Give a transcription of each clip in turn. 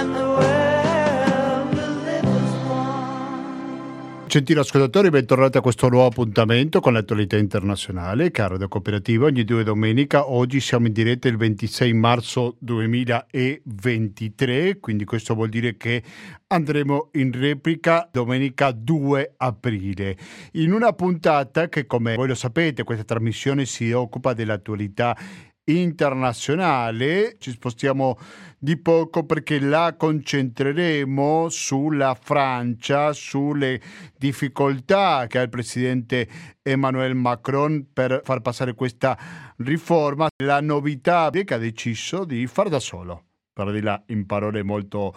and the world will live as one. Gentili ascoltatori, bentornati a questo nuovo appuntamento con l'attualità internazionale, caro Radio Cooperativa, ogni due domenica. Oggi siamo in diretta il 26 marzo 2023, quindi questo vuol dire che andremo in replica domenica 2 aprile, in una puntata che, come voi lo sapete, questa trasmissione si occupa dell'attualità internazionale. Ci spostiamo di poco perché la concentreremo sulla Francia, sulle difficoltà che ha il presidente Emmanuel Macron per far passare questa riforma, la novità che ha deciso di far da solo. Per dirla in parole molto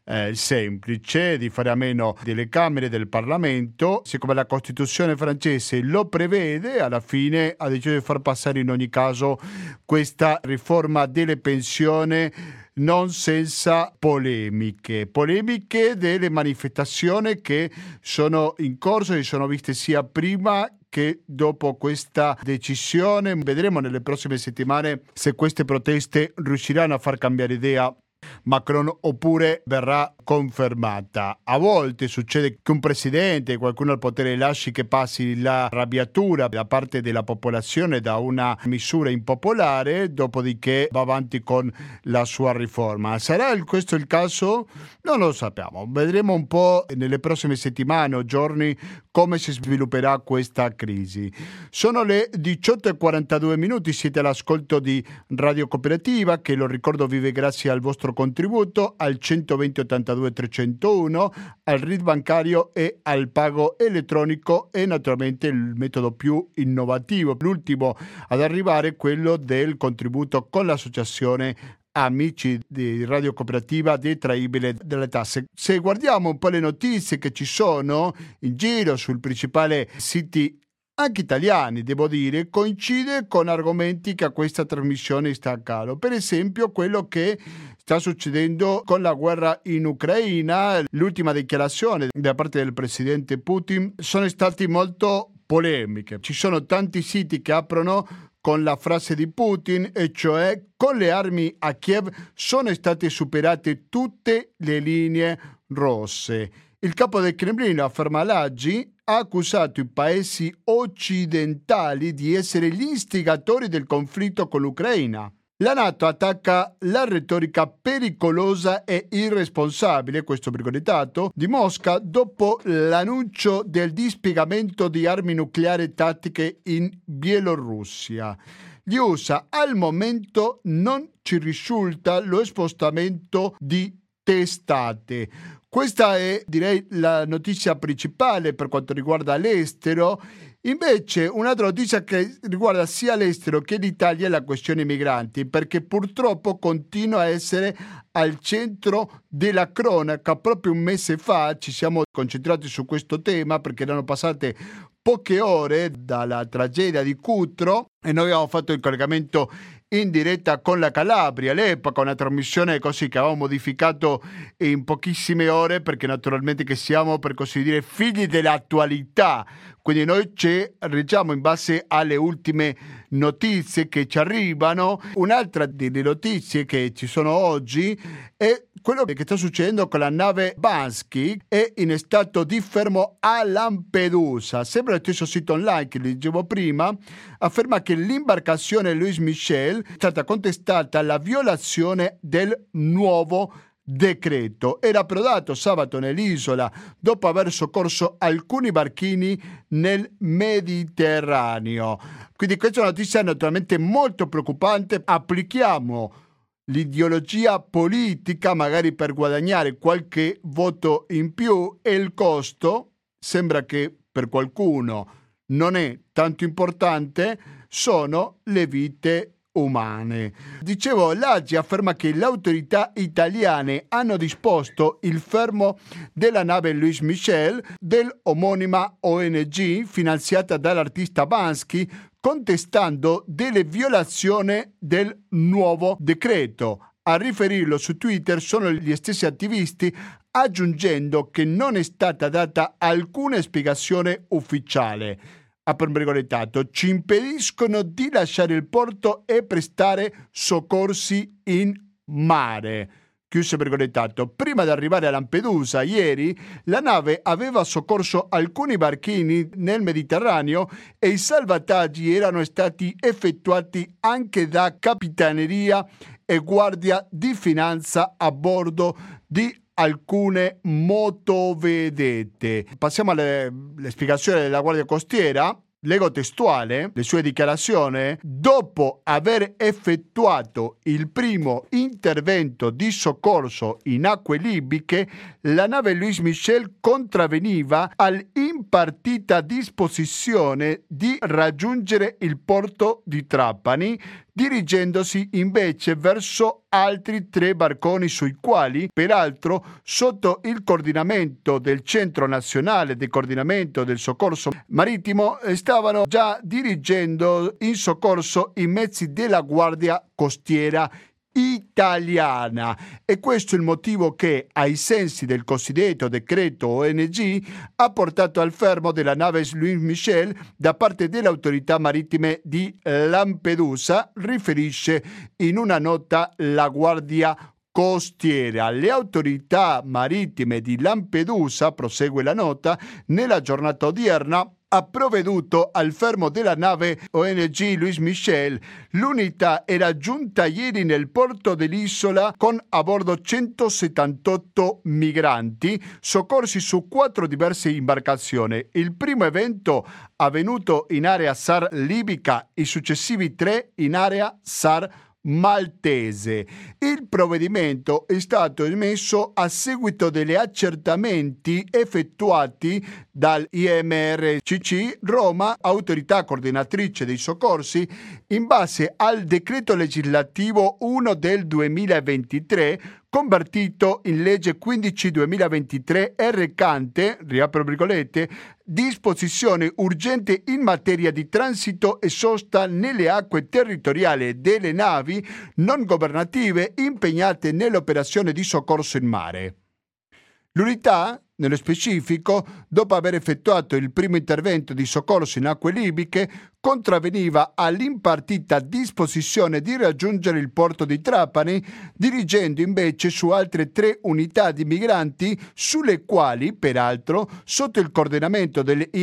semplici, di fare a meno delle Camere del Parlamento, siccome la Costituzione francese lo prevede, alla fine ha deciso di far passare in ogni caso questa riforma delle pensioni non senza polemiche delle manifestazioni che sono in corso e sono viste sia prima che dopo questa decisione. Vedremo nelle prossime settimane se queste proteste riusciranno a far cambiare idea Macron oppure verrà confermata. A volte succede che un presidente, qualcuno al potere, lasci che passi la arrabbiatura da parte della popolazione da una misura impopolare, dopodiché va avanti con la sua riforma. Sarà questo il caso? Non lo sappiamo. Vedremo un po' nelle prossime settimane o giorni come si svilupperà questa crisi. Sono le 18:42, siete all'ascolto di Radio Cooperativa, che lo ricordo vive grazie al vostro contributo al 120 82 301, al RID bancario e al pago elettronico, e naturalmente il metodo più innovativo, l'ultimo ad arrivare, è quello del contributo con l'associazione Amici di Radio Cooperativa detraibile delle tasse. Se guardiamo un po' le notizie che ci sono in giro sul principale siti anche italiani, devo dire, coincide con argomenti che a questa trasmissione sta a calo. Per esempio quello che sta succedendo con la guerra in Ucraina. L'ultima dichiarazione da parte del presidente Putin sono state molto polemiche. Ci sono tanti siti che aprono con la frase di Putin, e cioè: con le armi a Kiev sono state superate tutte le linee rosse. Il capo del Cremlino, afferma l'AGI, ha accusato i paesi occidentali di essere gli istigatori del conflitto con l'Ucraina. La NATO attacca la retorica pericolosa e irresponsabile, questo virgolettato, di Mosca dopo l'annuncio del dispiegamento di armi nucleari tattiche in Bielorussia. Gli USA al momento non ci risulta lo spostamento di testate. Questa è, direi, la notizia principale per quanto riguarda l'estero. Invece un'altra notizia che riguarda sia l'estero che l'Italia è la questione migranti, perché purtroppo continua a essere al centro della cronaca. Proprio un mese fa ci siamo concentrati su questo tema perché erano passate poche ore dalla tragedia di Cutro e noi abbiamo fatto il collegamento in diretta con la Calabria all'epoca, una trasmissione così che avevamo modificato in pochissime ore, perché naturalmente che siamo, per così dire, figli dell'attualità, quindi noi ci reggiamo in base alle ultime notizie che ci arrivano. Un'altra delle notizie che ci sono oggi è quello che sta succedendo con la nave Bansky, è in stato di fermo a Lampedusa. Sempre lo stesso sito online che leggevo prima afferma che l'imbarcazione Louis Michel è stata contestata la violazione del nuovo decreto. Era approdato sabato nell'isola dopo aver soccorso alcuni barchini nel Mediterraneo. Quindi questa è una notizia naturalmente molto preoccupante. Applichiamo l'ideologia politica magari per guadagnare qualche voto in più, e il costo sembra che per qualcuno non è tanto importante, sono le vite umane. Dicevo, l'AGI afferma che le autorità italiane hanno disposto il fermo della nave Louis Michel dell'omonima ONG finanziata dall'artista Bansky, contestando delle violazioni del nuovo decreto. A riferirlo su Twitter sono gli stessi attivisti, aggiungendo che non è stata data alcuna spiegazione ufficiale. Apro virgolettato, ci impediscono di lasciare il porto e prestare soccorsi in mare. chiuse virgolettato. Prima di arrivare a Lampedusa ieri, la nave aveva soccorso alcuni barchini nel Mediterraneo e i salvataggi erano stati effettuati anche da capitaneria e guardia di finanza a bordo di alcune motovedette. Passiamo alle spiegazioni della Guardia Costiera. Leggo testuale le sue dichiarazioni. Dopo aver effettuato il primo intervento di soccorso in acque libiche, la nave Louis Michel contravveniva all'impartita disposizione di raggiungere il porto di Trapani, dirigendosi invece verso altri 3 barconi sui quali, peraltro, sotto il coordinamento del Centro Nazionale di Coordinamento del Soccorso Marittimo, stavano già dirigendo in soccorso i mezzi della Guardia Costiera italiana. E questo è il motivo che, ai sensi del cosiddetto decreto ONG, ha portato al fermo della nave Louis Michel da parte delle autorità marittime di Lampedusa, riferisce in una nota la Guardia Costiera. Le autorità marittime di Lampedusa, prosegue la nota, nella giornata odierna ha provveduto al fermo della nave ONG Louis Michel. L'unità era giunta ieri nel porto dell'isola con a bordo 178 migranti soccorsi su 4 diverse imbarcazioni. Il primo evento avvenuto in area SAR libica, i successivi 3 in area SAR maltese. Il provvedimento è stato emesso a seguito degli accertamenti effettuati dal IMRCC Roma, autorità coordinatrice dei soccorsi, in base al decreto legislativo 1 del 2023, convertito in legge 15/2023 e recante, riapro virgolette, disposizioni urgenti in materia di transito e sosta nelle acque territoriali delle navi non governative impegnate nell'operazione di soccorso in mare. L'unità, nello specifico, dopo aver effettuato il primo intervento di soccorso in acque libiche, contravveniva all'impartita disposizione di raggiungere il porto di Trapani, dirigendo invece su altre 3 unità di migranti, sulle quali, peraltro, sotto il coordinamento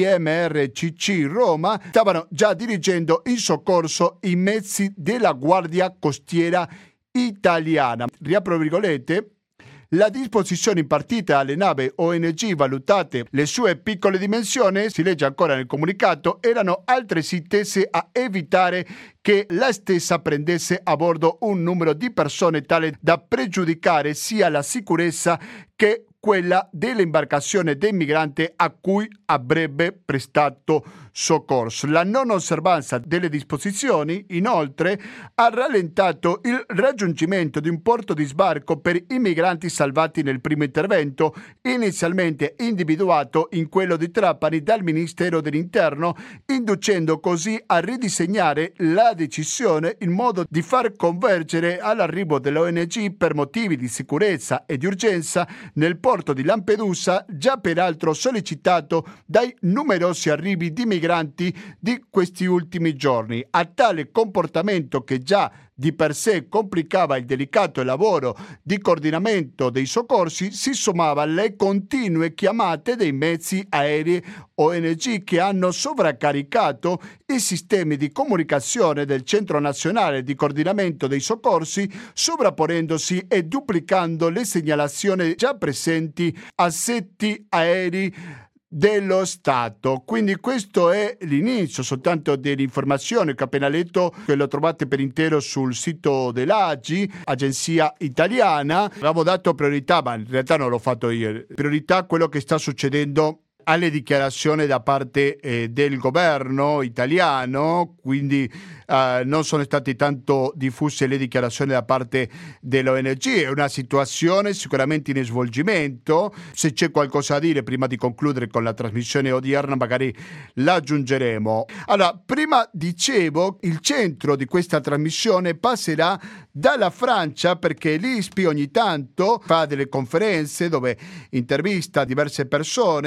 dell'IMRCC Roma, stavano già dirigendo in soccorso i mezzi della Guardia Costiera italiana. Riapro virgolette. La disposizione impartita alle navi ONG, valutate le sue piccole dimensioni, si legge ancora nel comunicato, erano altresì tese a evitare che la stessa prendesse a bordo un numero di persone tale da pregiudicare sia la sicurezza che quella dell'imbarcazione dei migranti a cui avrebbe prestato soccorso. La non osservanza delle disposizioni, inoltre, ha rallentato il raggiungimento di un porto di sbarco per i migranti salvati nel primo intervento, inizialmente individuato in quello di Trapani dal Ministero dell'Interno, inducendo così a ridisegnare la decisione in modo di far convergere all'arrivo dell'ONG per motivi di sicurezza e di urgenza nel porto di Lampedusa, già peraltro sollecitato dai numerosi arrivi di migranti di questi ultimi giorni. A tale comportamento, che già di per sé complicava il delicato lavoro di coordinamento dei soccorsi, si sommava alle continue chiamate dei mezzi aerei ONG che hanno sovraccaricato i sistemi di comunicazione del Centro Nazionale di Coordinamento dei Soccorsi, sovrapponendosi e duplicando le segnalazioni già presenti a seti aerei dello Stato. Quindi questo è l'inizio soltanto dell'informazione che ho appena letto, che lo trovate per intero sul sito dell'AGI, agenzia italiana. Avevo dato priorità, ma in realtà non l'ho fatto io, priorità a quello che sta succedendo alle dichiarazioni da parte del governo italiano, quindi non sono state tanto diffuse le dichiarazioni da parte dell'ONG. È una situazione sicuramente in svolgimento. Se c'è qualcosa da dire prima di concludere con la trasmissione odierna, magari la aggiungeremo. Allora, prima dicevo, il centro di questa trasmissione passerà dalla Francia, perché l'ISPI ogni tanto fa delle conferenze dove intervista diverse persone e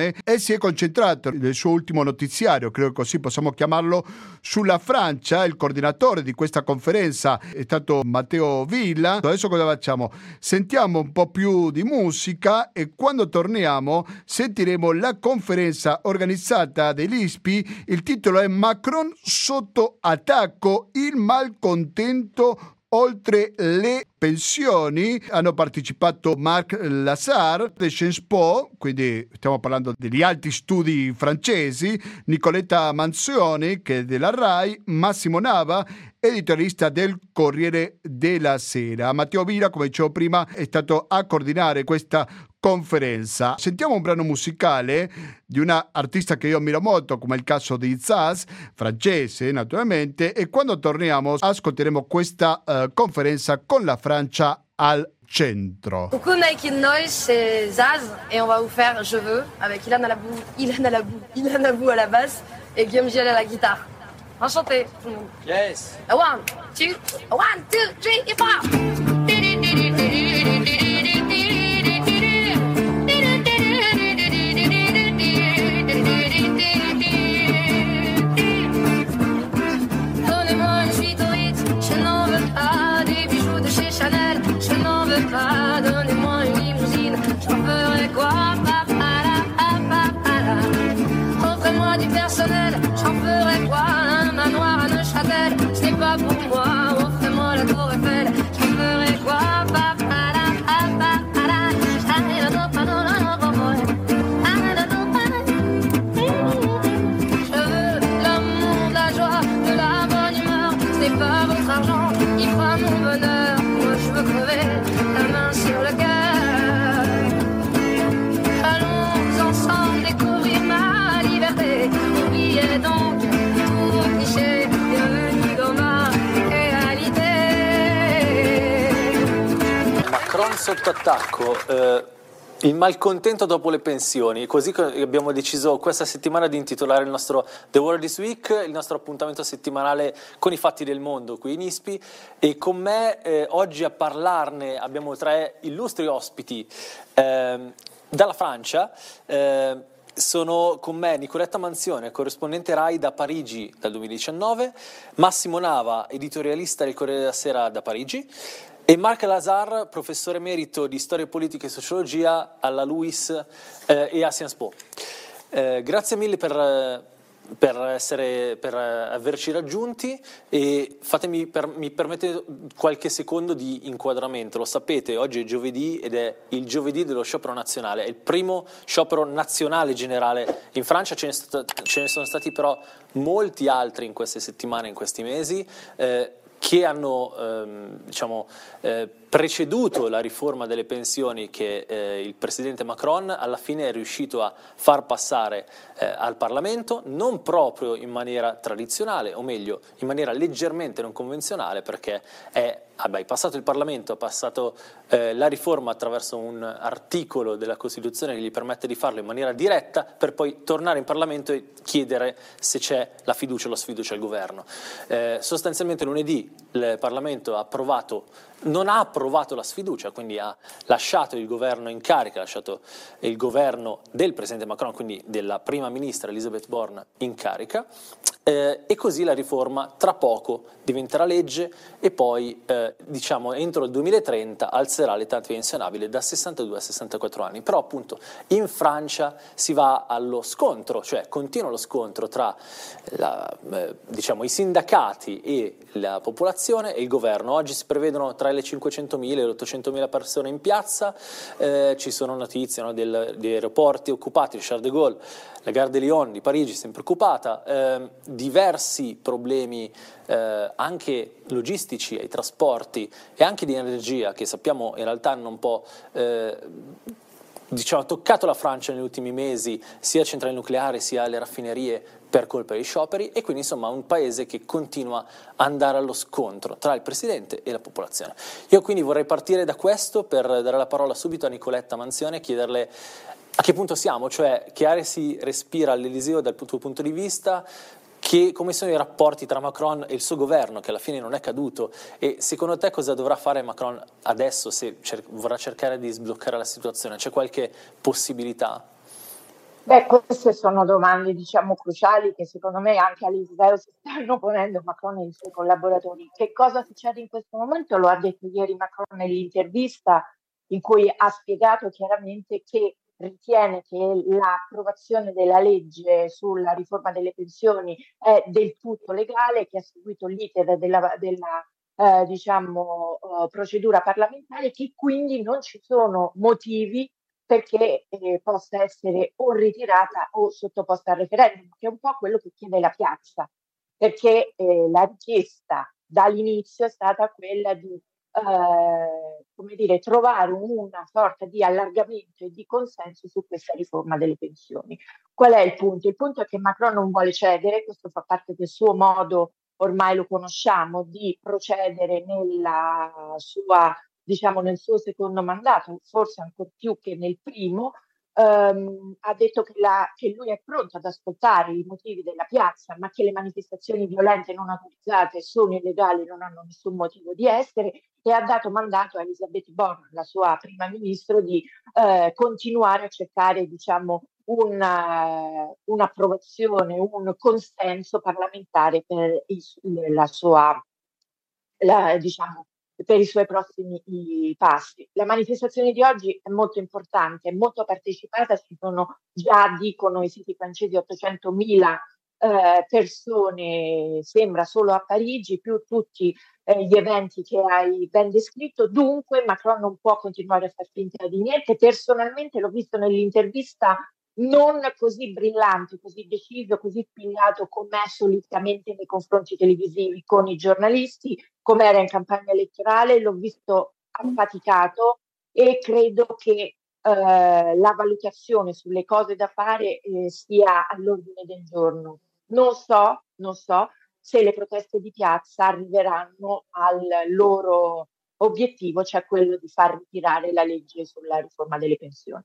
si è concentrato nel suo ultimo notiziario, credo così possiamo chiamarlo, sulla Francia. Il coordinatore di questa conferenza è stato Matteo Villa. Adesso cosa facciamo? Sentiamo un po' più di musica e quando torniamo sentiremo la conferenza organizzata dall'ISPI. Il titolo è Macron sotto attacco, il malcontento oltre le pensioni. Hanno partecipato Marc Lazare di Sciences Po, quindi stiamo parlando degli alti studi francesi, Nicoletta Manzioni, che è della RAI, Massimo Nava, editorialista del Corriere della Sera. Matteo Villa, come dicevo prima, è stato a coordinare questa conferenza. Sentiamo un brano musicale di una artista che io ammiro molto, come il caso di Zaz, francese naturalmente, e quando torniamo ascolteremo questa conferenza con la Francia al centro. Coucou Make in Noise, c'est Zaz et on va vous faire Je veux avec Ilan Alabou à la basse et Guillaume Giel à la guitare. Enchanté tout le monde. Yes. One, two, 3, 4. Donnez-moi une limousine, j'en ferai quoi? Offrez-moi du personnel, j'en ferai quoi? Un manoir à Neuchâtel, c'est pas pour moi. Offrez-moi la tour Eiffel, j'en ferai quoi? Je veux l'amour, la joie, de la bonne humeur. C'est pas votre argent qui fera mon bonheur. Moi je veux crever la main sur le cœur. Allons ensemble découvrir ma liberté. Oubliez donc tous vos clichés. Bienvenue dans ma réalité. Macron sotto attacco, il malcontento dopo le pensioni, così abbiamo deciso questa settimana di intitolare il nostro The World This Week, il nostro appuntamento settimanale con i fatti del mondo qui in ISPI, e con me oggi a parlarne abbiamo 3 illustri ospiti dalla Francia. Sono con me Nicoletta Manzione, corrispondente RAI da Parigi dal 2019, Massimo Nava, editorialista del Corriere della Sera da Parigi, e Marc Lazare, professore emerito di storia politica e sociologia alla LUISS e a Sciences Po. Grazie mille per averci raggiunti, e mi permette qualche secondo di inquadramento. Lo sapete, oggi è giovedì ed è il giovedì dello sciopero nazionale, è il primo sciopero nazionale generale in Francia. Ce ne sono stati però molti altri in queste settimane, in questi mesi, che hanno preceduto la riforma delle pensioni che il presidente Macron alla fine è riuscito a far passare al Parlamento, non proprio in maniera tradizionale, o meglio, in maniera leggermente non convenzionale, perché ha bypassato il Parlamento, ha passato la riforma attraverso un articolo della Costituzione che gli permette di farlo in maniera diretta, per poi tornare in Parlamento e chiedere se c'è la fiducia o la sfiducia al governo. Sostanzialmente lunedì il Parlamento non ha approvato la sfiducia, quindi ha lasciato il governo in carica, ha lasciato il governo del presidente Macron, quindi della prima ministra Elisabeth Borne, in carica, e così la riforma tra poco diventerà legge e poi entro il 2030 alzerà l'età pensionabile da 62 a 64 anni. Però appunto in Francia si va allo scontro, cioè continua lo scontro tra i sindacati e la popolazione e il governo. Oggi si prevedono tra le 500.000 e le 800.000 persone in piazza, ci sono notizie, no, di aeroporti occupati, Charles de Gaulle, la Gare de Lyon di Parigi sempre occupata, diversi problemi anche logistici ai trasporti e anche di energia, che sappiamo in realtà hanno un po' toccato la Francia negli ultimi mesi, sia centrali nucleari sia le raffinerie, per colpa degli scioperi, e quindi insomma un paese che continua ad andare allo scontro tra il presidente e la popolazione. Io quindi vorrei partire da questo per dare la parola subito a Nicoletta Manzione e chiederle a che punto siamo, cioè che aria si respira all'Eliseo dal tuo punto di vista, come sono i rapporti tra Macron e il suo governo, che alla fine non è caduto, e secondo te cosa dovrà fare Macron adesso se vorrà cercare di sbloccare la situazione? C'è qualche possibilità? Beh, queste sono domande, diciamo, cruciali che secondo me anche all'Israele si stanno ponendo Macron e i suoi collaboratori. Che cosa succede in questo momento? Lo ha detto ieri Macron nell'intervista in cui ha spiegato chiaramente che ritiene che l'approvazione della legge sulla riforma delle pensioni è del tutto legale, che ha seguito l'iter diciamo, procedura parlamentare, che quindi non ci sono motivi perché possa essere o ritirata o sottoposta al referendum, che è un po' quello che chiede la piazza, perché la richiesta dall'inizio è stata quella di come dire, trovare una sorta di allargamento e di consenso su questa riforma delle pensioni. Qual è il punto? Il punto è che Macron non vuole cedere, questo fa parte del suo modo, ormai lo conosciamo, di procedere nella sua, diciamo, nel suo secondo mandato, forse ancora più che nel primo. Ha detto che lui è pronto ad ascoltare i motivi della piazza, ma che le manifestazioni violente non autorizzate sono illegali, non hanno nessun motivo di essere, e ha dato mandato a Elisabeth Borne, la sua prima ministro, di continuare a cercare, diciamo, un'approvazione, un consenso parlamentare per la sua, diciamo, per i suoi prossimi passi. La manifestazione di oggi è molto importante, è molto partecipata, ci sono già, dicono i siti francesi, 800.000 persone, sembra solo a Parigi, più tutti gli eventi che hai ben descritto. Dunque Macron non può continuare a far finta di niente. Personalmente l'ho visto nell'intervista non così brillante, così deciso, così spigliato com'è solitamente nei confronti televisivi con i giornalisti, come era in campagna elettorale. L'ho visto affaticato e credo che la valutazione sulle cose da fare sia all'ordine del giorno. Non so se le proteste di piazza arriveranno al loro obiettivo, cioè quello di far ritirare la legge sulla riforma delle pensioni.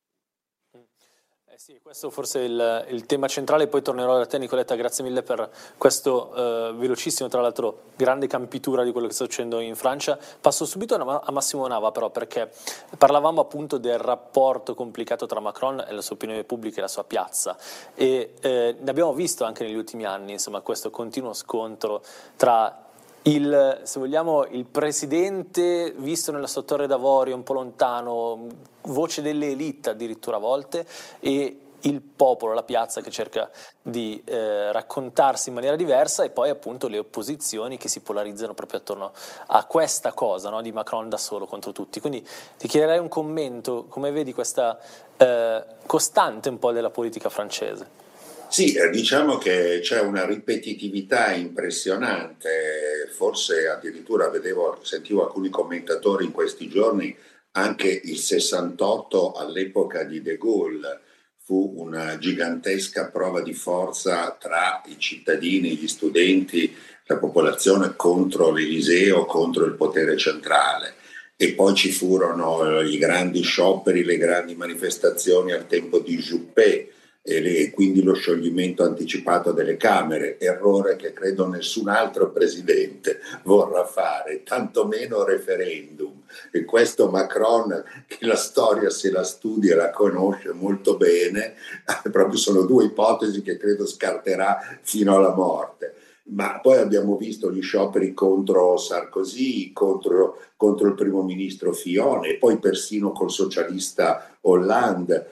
Sì, questo forse è il tema centrale, poi tornerò da te Nicoletta, grazie mille per questo velocissimo, tra l'altro grande campitura di quello che sta succedendo in Francia. Passo subito a Massimo Nava però, perché parlavamo appunto del rapporto complicato tra Macron e la sua opinione pubblica e la sua piazza, e ne abbiamo visto anche negli ultimi anni, insomma, questo continuo scontro tra se vogliamo, il presidente visto nella sua torre d'avorio un po' lontano, voce delle elite addirittura a volte, e il popolo, la piazza che cerca di raccontarsi in maniera diversa, e poi appunto le opposizioni che si polarizzano proprio attorno a questa cosa, no? Di Macron da solo contro tutti. Quindi ti chiederei un commento, come vedi questa costante un po' della politica francese? Sì, diciamo che c'è una ripetitività impressionante, forse addirittura sentivo alcuni commentatori in questi giorni, anche il 68 all'epoca di De Gaulle fu una gigantesca prova di forza tra i cittadini, gli studenti, la popolazione contro l'Eliseo, contro il potere centrale. E poi ci furono i grandi scioperi, le grandi manifestazioni al tempo di Juppé, e quindi lo scioglimento anticipato delle Camere, errore che credo nessun altro presidente vorrà fare, tantomeno referendum. E questo Macron, che la storia se la studia, la conosce molto bene, proprio sono due ipotesi che credo scarterà fino alla morte. Ma poi abbiamo visto gli scioperi contro Sarkozy, contro il primo ministro Fillon, e poi persino col socialista Hollande,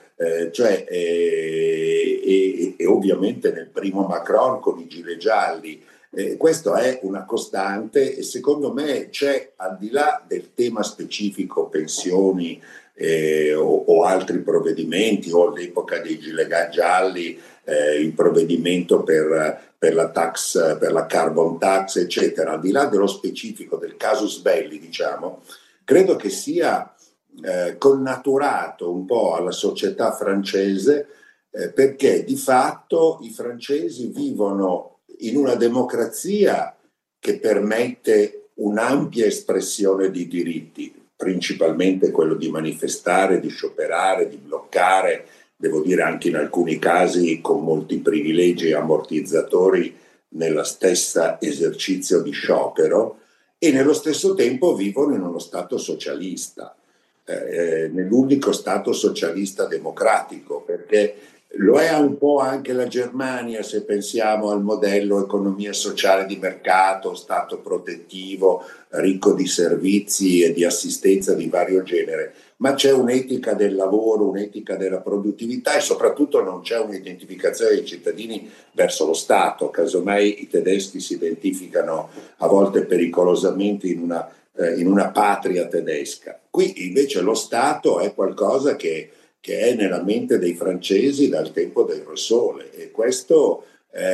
e ovviamente nel primo Macron con i gilet gialli. Questo è una costante, e secondo me c'è, al di là del tema specifico pensioni o altri provvedimenti, o all'epoca dei gilet gialli il provvedimento per la tax, per la carbon tax, eccetera, al di là dello specifico del casus belli, diciamo, credo che sia connaturato un po' alla società francese, perché di fatto i francesi vivono in una democrazia che permette un'ampia espressione di diritti, principalmente quello di manifestare, di scioperare, di bloccare, devo dire anche in alcuni casi con molti privilegi e ammortizzatori nella stessa esercizio di sciopero, e nello stesso tempo vivono in uno Stato socialista, nell'unico Stato socialista democratico, perché Lo è un po' anche la Germania, se pensiamo al modello economia sociale di mercato, stato protettivo, ricco di servizi e di assistenza di vario genere, ma c'è un'etica del lavoro, un'etica della produttività e soprattutto non c'è un'identificazione dei cittadini verso lo Stato. Casomai i tedeschi si identificano a volte pericolosamente in una patria tedesca. Qui invece lo Stato è qualcosa che è nella mente dei francesi dal tempo del Re Sole, e questo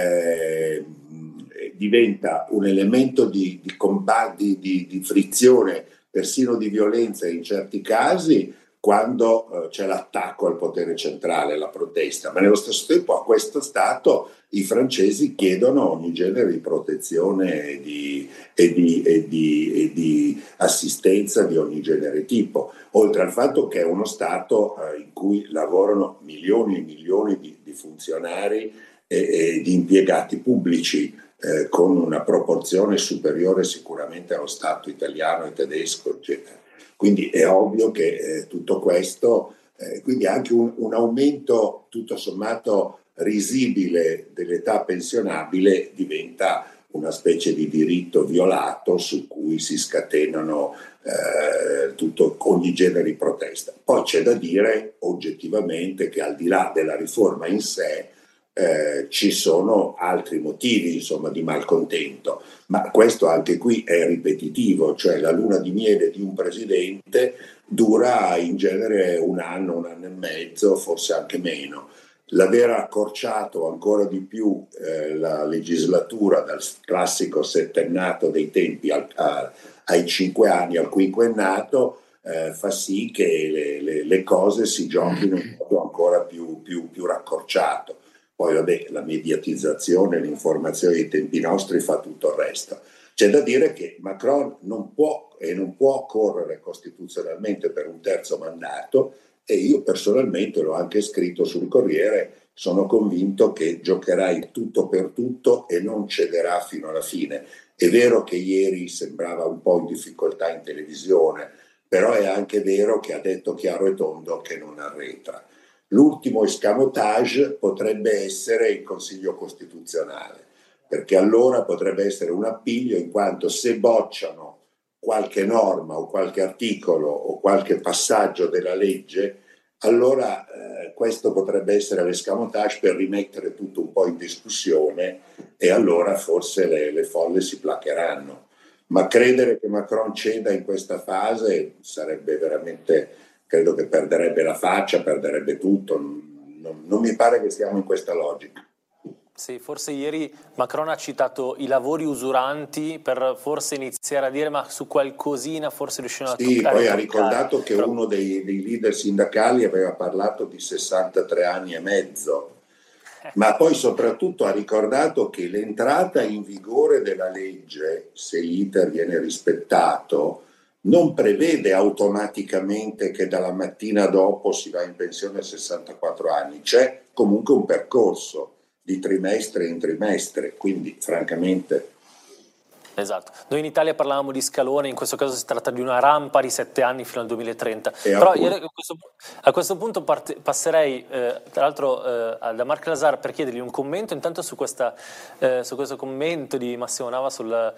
diventa un elemento di frizione, persino di violenza in certi casi, quando c'è l'attacco al potere centrale, la protesta, ma nello stesso tempo a questo Stato i francesi chiedono ogni genere di protezione e di assistenza di ogni genere tipo, oltre al fatto che è uno Stato in cui lavorano milioni e milioni di funzionari e di impiegati pubblici, con una proporzione superiore sicuramente allo Stato italiano e tedesco, eccetera. Quindi è ovvio che tutto questo, quindi anche un aumento tutto sommato risibile dell'età pensionabile diventa una specie di diritto violato su cui si scatenano ogni genere di protesta. Poi c'è da dire oggettivamente che al di là della riforma in sé ci sono altri motivi, insomma, di malcontento, ma questo anche qui è ripetitivo, cioè la luna di miele di un presidente dura in genere un anno e mezzo, forse anche meno. L'aver accorciato ancora di più la legislatura dal classico settennato dei tempi ai 5 anni, al quinquennato, fa sì che le cose si giochino in modo ancora più raccorciato. Poi vabbè, la mediatizzazione, l'informazione dei tempi nostri fa tutto il resto. C'è da dire che Macron non può correre costituzionalmente per un terzo mandato, e io personalmente l'ho anche scritto sul Corriere, sono convinto che giocherà il tutto per tutto e non cederà fino alla fine. È vero che ieri sembrava un po' in difficoltà in televisione, però è anche vero che ha detto chiaro e tondo che non arretra. L'ultimo escamotage potrebbe essere il Consiglio Costituzionale, perché allora potrebbe essere un appiglio, in quanto se bocciano qualche norma o qualche articolo o qualche passaggio della legge, allora questo potrebbe essere l'escamotage per rimettere tutto un po' in discussione, e allora forse le folle si placheranno. Ma credere che Macron ceda in questa fase sarebbe veramente... credo che perderebbe la faccia, perderebbe tutto. Non mi pare che siamo in questa logica. Sì, forse ieri Macron ha citato i lavori usuranti per forse iniziare a dire ma su qualcosina forse riusciranno a toccare. Sì, poi ha ricordato che uno dei leader sindacali aveva parlato di 63 anni e mezzo, ma poi soprattutto ha ricordato che l'entrata in vigore della legge, se l'iter viene rispettato, non prevede automaticamente che dalla mattina dopo si va in pensione a 64 anni, c'è comunque un percorso di trimestre in trimestre, quindi francamente... Esatto, noi in Italia parlavamo di scalone, in questo caso si tratta di una rampa di 7 anni fino al 2030, però io a questo punto passerei tra l'altro da Marc Lazar per chiedergli un commento intanto su questo commento di Massimo Nava sulla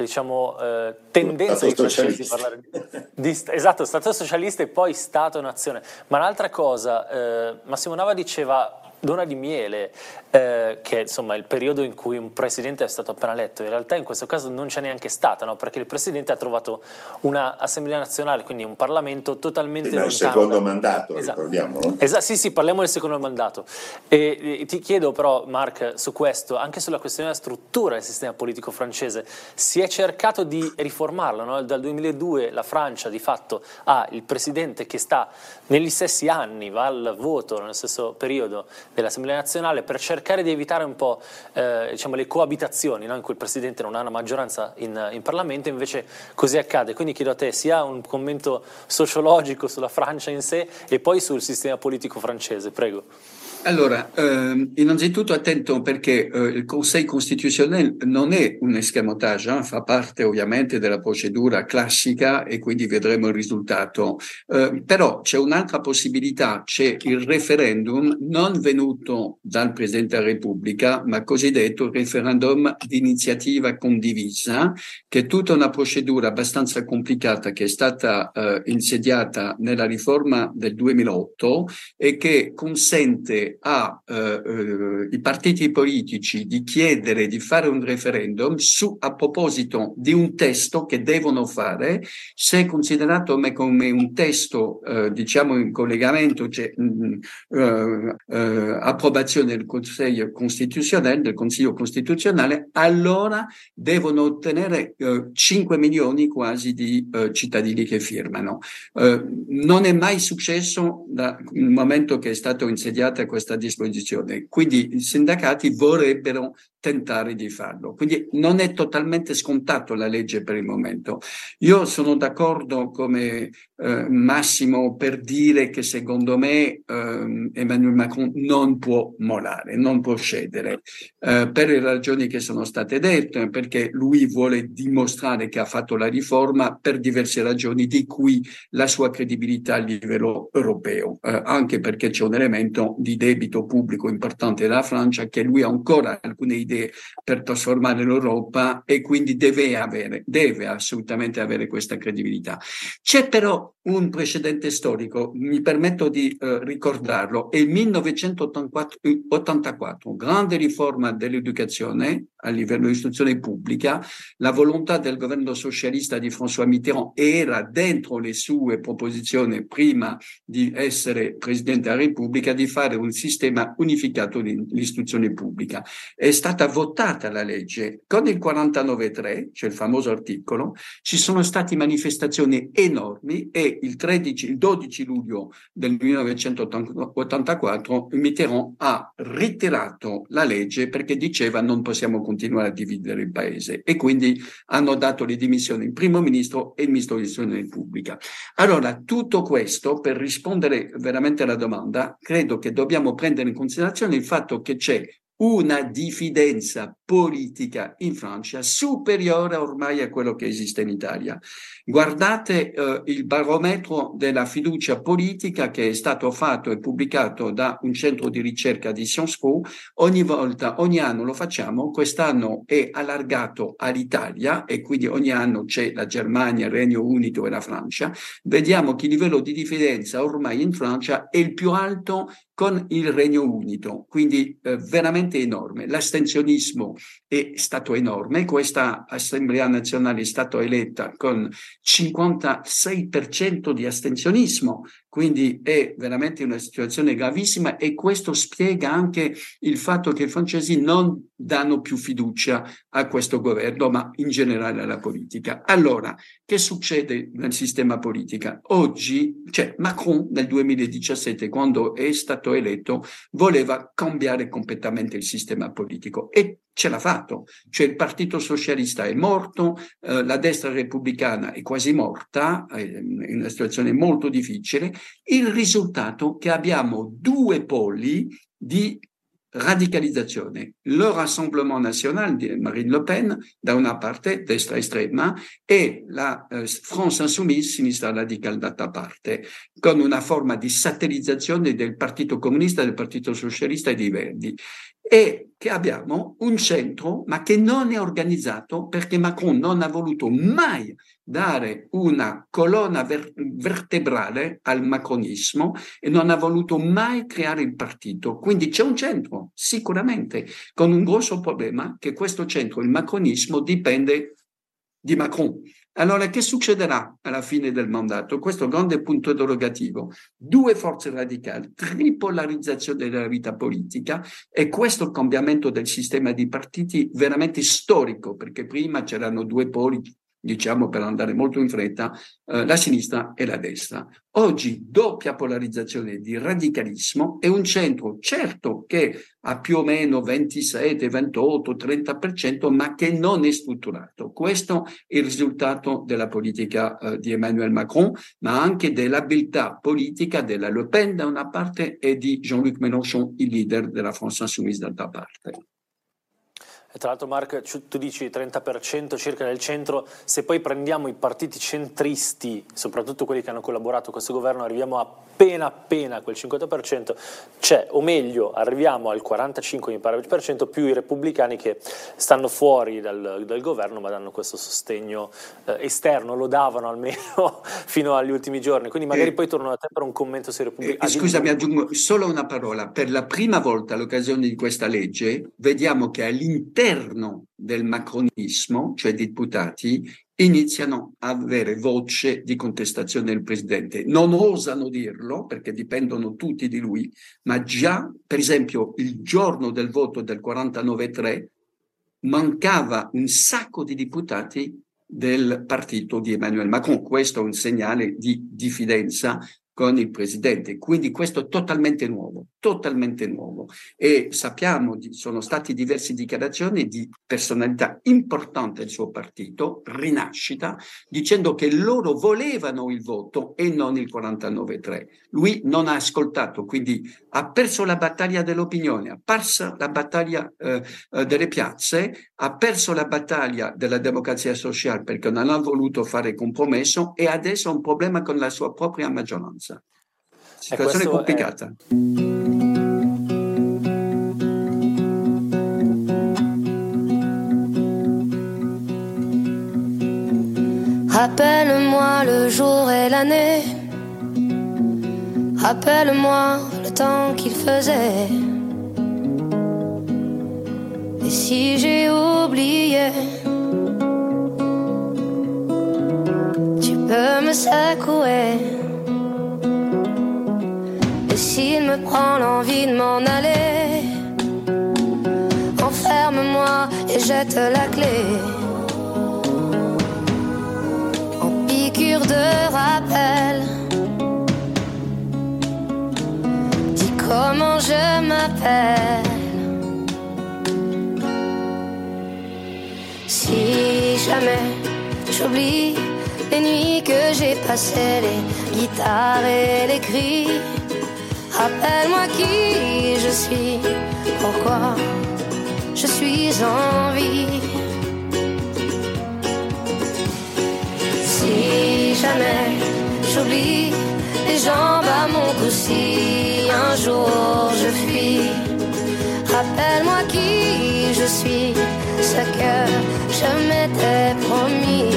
tendenza di francesi di parlare esatto, Stato socialista e poi Stato-nazione, ma un'altra cosa, Massimo Nava diceva luna di miele, che insomma il periodo in cui un presidente è stato appena eletto, in realtà in questo caso non c'è neanche stata, no? Perché il presidente ha trovato una assemblea nazionale, quindi un Parlamento totalmente lontano. Il secondo mandato, esatto. Ricordiamo. Esatto, sì, parliamo del secondo mandato. E ti chiedo però, Marc, su questo, anche sulla questione della struttura del sistema politico francese, si è cercato di riformarlo, no? Dal 2002 la Francia di fatto ha il presidente che sta negli stessi anni, va al voto nello stesso periodo dell'Assemblea nazionale per cercare di evitare un po' le coabitazioni, no? In cui il Presidente non ha una maggioranza in Parlamento, invece così accade. Quindi chiedo a te sia un commento sociologico sulla Francia in sé e poi sul sistema politico francese, prego. Allora, innanzitutto attento perché il Conseil costitutionnel non è un escamotage, fa parte ovviamente della procedura classica e quindi vedremo il risultato. Però c'è un'altra possibilità, c'è il referendum non venuto dal Presidente della Repubblica, ma cosiddetto referendum di iniziativa condivisa, che è tutta una procedura abbastanza complicata che è stata insediata nella riforma del 2008 e che consente ai partiti politici di chiedere di fare un referendum a proposito di un testo che devono fare, se considerato come un testo diciamo in collegamento, cioè approvazione del Consiglio Costituzionale, allora devono ottenere 5 milioni quasi di cittadini che firmano. Non è mai successo dal momento che è stata insediata questa disposizione, quindi i sindacati vorrebbero tentare di farlo, quindi non è totalmente scontato la legge per il momento. Io sono d'accordo come Massimo per dire che secondo me Emmanuel Macron non può mollare, non può cedere per le ragioni che sono state dette, perché lui vuole dimostrare che ha fatto la riforma per diverse ragioni, di cui la sua credibilità a livello europeo, anche perché c'è un elemento di debito pubblico importante della Francia, che lui ha ancora alcune idee per trasformare l'Europa e quindi deve assolutamente avere questa credibilità. C'è però un precedente storico, mi permetto di ricordarlo, è il 1984, grande riforma dell'educazione a livello di istruzione pubblica. La volontà del governo socialista di François Mitterrand era, dentro le sue proposizioni prima di essere Presidente della Repubblica, di fare un sistema unificato di istruzione pubblica. È stata votata la legge con il 49.3, cioè il famoso articolo. Ci sono state manifestazioni enormi e il 12 luglio del 1984 Mitterrand ha ritirato la legge perché diceva non possiamo continuare a dividere il paese, e quindi hanno dato le dimissioni il primo ministro e il ministro dell'istruzione pubblica. Allora, tutto questo, per rispondere veramente alla domanda, credo che dobbiamo prendere in considerazione il fatto che c'è una diffidenza politica in Francia superiore ormai a quello che esiste in Italia. Guardate il barometro della fiducia politica che è stato fatto e pubblicato da un centro di ricerca di Sciences Po. Ogni anno lo facciamo, quest'anno è allargato all'Italia e quindi ogni anno c'è la Germania, il Regno Unito e la Francia. Vediamo che il livello di diffidenza ormai in Francia è il più alto con il Regno Unito, quindi veramente enorme. L'astensionismo è stato enorme, questa Assemblea nazionale è stata eletta con 56% di astensionismo, quindi è veramente una situazione gravissima, e questo spiega anche il fatto che i francesi non danno più fiducia a questo governo, ma in generale alla politica. Allora, che succede nel sistema politico? Oggi, cioè Macron nel 2017, quando è stato eletto, voleva cambiare completamente il sistema politico e ce l'ha fatto. Cioè il Partito Socialista è morto, la destra repubblicana è quasi morta, in una situazione molto difficile. Il risultato è che abbiamo due poli di radicalizzazione: le Rassemblement National di Marine Le Pen da una parte, destra estrema, e la France Insoumise, sinistra radicale d'altra parte, con una forma di satellizzazione del Partito Comunista, del Partito Socialista e dei Verdi. E che abbiamo un centro, ma che non è organizzato, perché Macron non ha voluto mai dare una colonna vertebrale al macronismo e non ha voluto mai creare il partito. Quindi c'è un centro, sicuramente, con un grosso problema, che questo centro, il macronismo, dipende di Macron. Allora, che succederà alla fine del mandato? Questo grande punto interrogativo. Due forze radicali, tripolarizzazione della vita politica, e questo cambiamento del sistema di partiti veramente storico, perché prima c'erano due poli diciamo per andare molto in fretta, la sinistra e la destra. Oggi doppia polarizzazione di radicalismo e un centro, certo che ha più o meno 27, 28, 30%, ma che non è strutturato. Questo è il risultato della politica di Emmanuel Macron, ma anche dell'abilità politica della Le Pen da una parte e di Jean-Luc Mélenchon, il leader della France Insoumise, d'altra parte. E tra l'altro, Marc, tu dici 30% circa nel centro, se poi prendiamo i partiti centristi, soprattutto quelli che hanno collaborato con questo governo, arriviamo appena a quel 50%, cioè, o meglio, arriviamo al 45% più i repubblicani che stanno fuori dal governo ma danno questo sostegno esterno, lo davano almeno fino agli ultimi giorni, quindi magari poi torno a te per un commento sui repubblicani. Scusami, aggiungo solo una parola. Per la prima volta all'occasione di questa legge vediamo che all'interno del macronismo, cioè dei deputati, iniziano a avere voce di contestazione del presidente. Non osano dirlo perché dipendono tutti di lui, ma già, per esempio, il giorno del voto del 49-3 mancava un sacco di deputati del partito di Emmanuel Macron. Questo è un segnale di diffidenza con il presidente, quindi questo è totalmente nuovo, e sappiamo, sono stati diverse dichiarazioni di personalità importanti del suo partito, Rinascita, dicendo che loro volevano il voto e non il 49-3. Lui non ha ascoltato, quindi ha perso la battaglia dell'opinione, ha perso la battaglia delle piazze, ha perso la battaglia della democrazia sociale perché non ha voluto fare compromesso e adesso ha un problema con la sua propria maggioranza. Situazione complicata. Rappelle-moi le jour et l'année, rappelle-moi le temps qu'il faisait. Et si j'ai oublié, tu peux me secouer. Et s'il me prend l'envie de m'en aller, enferme-moi et jette la clé. En piqûre de rappel, dis comment je m'appelle. Si jamais j'oublie les nuits que j'ai passées, les guitares et les cris, rappelle-moi qui je suis, pourquoi je suis en vie. Si jamais j'oublie les jambes à mon cou, si un jour je fuis, rappelle-moi qui je suis, ce que je m'étais promis.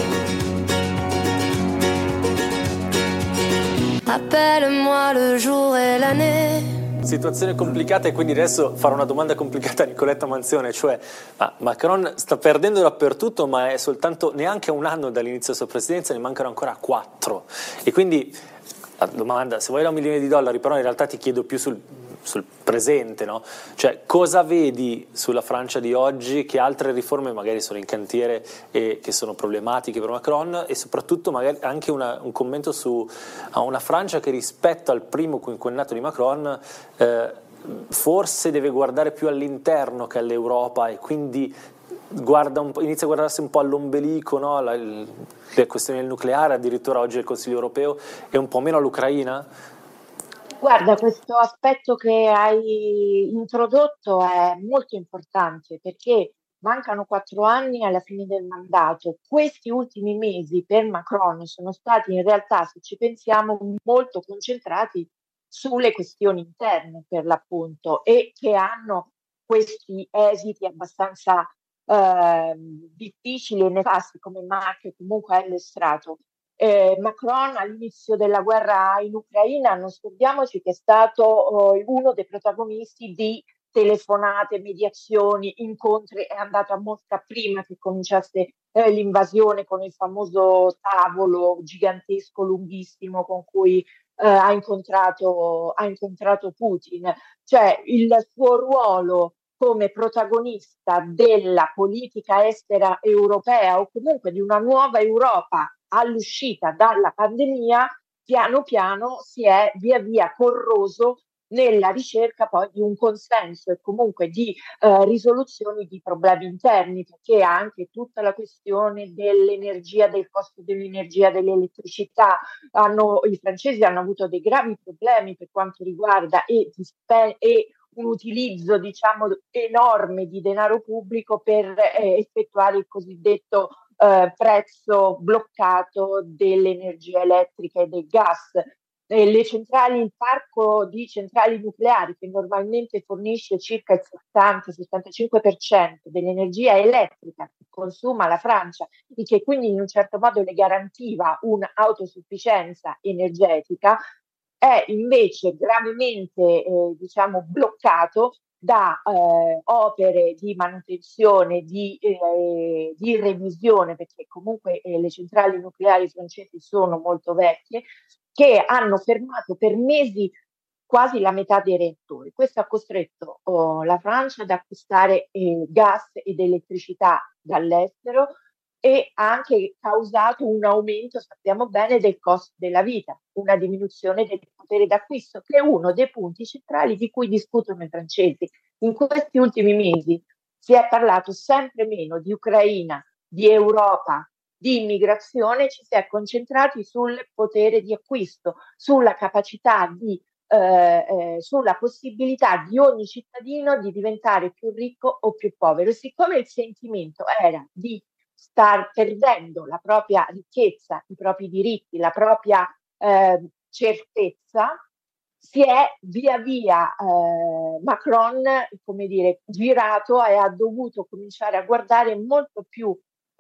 Appelle-moi le jour et l'année. Situazione complicata, e quindi adesso farò una domanda complicata a Nicoletta Manzione, cioè Macron sta perdendo dappertutto, ma è soltanto neanche un anno dall'inizio della sua presidenza, ne mancano ancora 4, e quindi la domanda, se vuoi da $1 milione, però in realtà ti chiedo più sul presente, no? Cioè, cosa vedi sulla Francia di oggi, che altre riforme magari sono in cantiere e che sono problematiche per Macron, e soprattutto magari anche un commento a una Francia che rispetto al primo quinquennato di Macron forse deve guardare più all'interno che all'Europa, e quindi inizia a guardarsi un po' all'ombelico, no? Le questioni del nucleare, addirittura oggi il Consiglio europeo, e un po' meno all'Ucraina. Guarda, questo aspetto che hai introdotto è molto importante perché mancano 4 anni alla fine del mandato. Questi ultimi mesi per Macron sono stati in realtà, se ci pensiamo, molto concentrati sulle questioni interne, per l'appunto, e che hanno questi esiti abbastanza difficili e nefasti, come Marc comunque ha illustrato. Macron all'inizio della guerra in Ucraina, non scordiamoci che è stato uno dei protagonisti di telefonate, mediazioni, incontri, è andato a Mosca prima che cominciasse l'invasione, con il famoso tavolo gigantesco, lunghissimo, con cui ha incontrato Putin. Cioè il suo ruolo come protagonista della politica estera europea o comunque di una nuova Europa all'uscita dalla pandemia, piano piano si è via via corroso nella ricerca poi di un consenso e comunque di risoluzioni di problemi interni, perché anche tutta la questione dell'energia, del costo dell'energia, dell'elettricità, i francesi hanno avuto dei gravi problemi per quanto riguarda e un utilizzo diciamo enorme di denaro pubblico per effettuare il cosiddetto prezzo bloccato dell'energia elettrica e del gas. Le centrali, il parco di centrali nucleari che normalmente fornisce circa il 70-75% dell'energia elettrica che consuma la Francia e che quindi in un certo modo le garantiva un'autosufficienza energetica, è invece gravemente diciamo bloccato da opere di manutenzione, di revisione, perché comunque le centrali nucleari francesi sono molto vecchie, che hanno fermato per mesi quasi la metà dei reattori. Questo ha costretto la Francia ad acquistare gas ed elettricità dall'estero e ha anche causato un aumento, sappiamo bene, del costo della vita, una diminuzione del potere d'acquisto, che è uno dei punti centrali di cui discutono i francesi. In questi ultimi mesi si è parlato sempre meno di Ucraina, di Europa, di immigrazione, ci si è concentrati sul potere di acquisto, sulla capacità sulla possibilità di ogni cittadino di diventare più ricco o più povero. E siccome il sentimento era di star perdendo la propria ricchezza, i propri diritti, la propria certezza, si è via via Macron, come dire, girato e ha dovuto cominciare a guardare molto più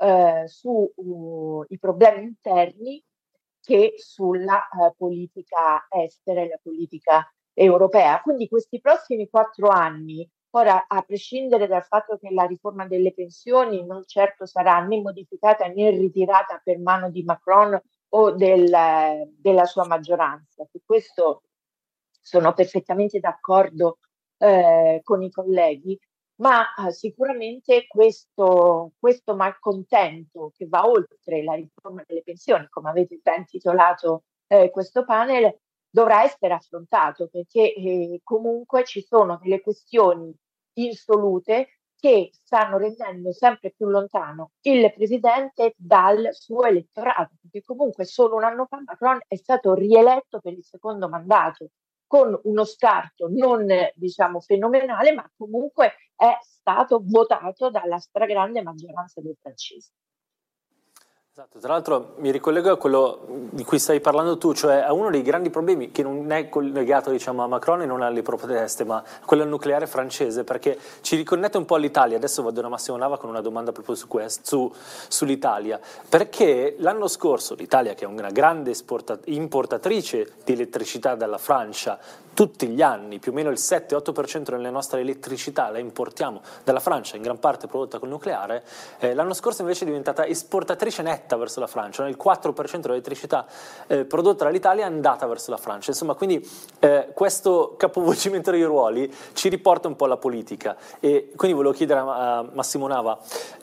sui problemi interni che sulla politica estera e la politica europea. Quindi questi prossimi 4 anni, ora a prescindere dal fatto che la riforma delle pensioni non certo sarà né modificata né ritirata per mano di Macron o della sua maggioranza, su questo sono perfettamente d'accordo con i colleghi, ma sicuramente questo malcontento che va oltre la riforma delle pensioni, come avete ben titolato questo panel, dovrà essere affrontato, perché comunque ci sono delle questioni insolute che stanno rendendo sempre più lontano il presidente dal suo elettorato, perché comunque solo un anno fa Macron è stato rieletto per il secondo mandato con uno scarto non diciamo fenomenale, ma comunque è stato votato dalla stragrande maggioranza dei francesi. Esatto, tra l'altro mi ricollego a quello di cui stai parlando tu, cioè a uno dei grandi problemi che non è collegato diciamo a Macron e non alle proteste, ma a quello nucleare francese, perché ci riconnette un po' all'Italia. Adesso vado da Massimo Nava con una domanda proprio su questo, sull'Italia, perché l'anno scorso l'Italia, che è una grande importatrice di elettricità dalla Francia, tutti gli anni, più o meno il 7-8% della nostra elettricità la importiamo dalla Francia, in gran parte prodotta col nucleare, l'anno scorso invece è diventata esportatrice netta verso la Francia, il 4% dell'elettricità prodotta dall'Italia è andata verso la Francia. Insomma, quindi questo capovolgimento dei ruoli ci riporta un po' alla politica. E quindi volevo chiedere a Massimo Nava,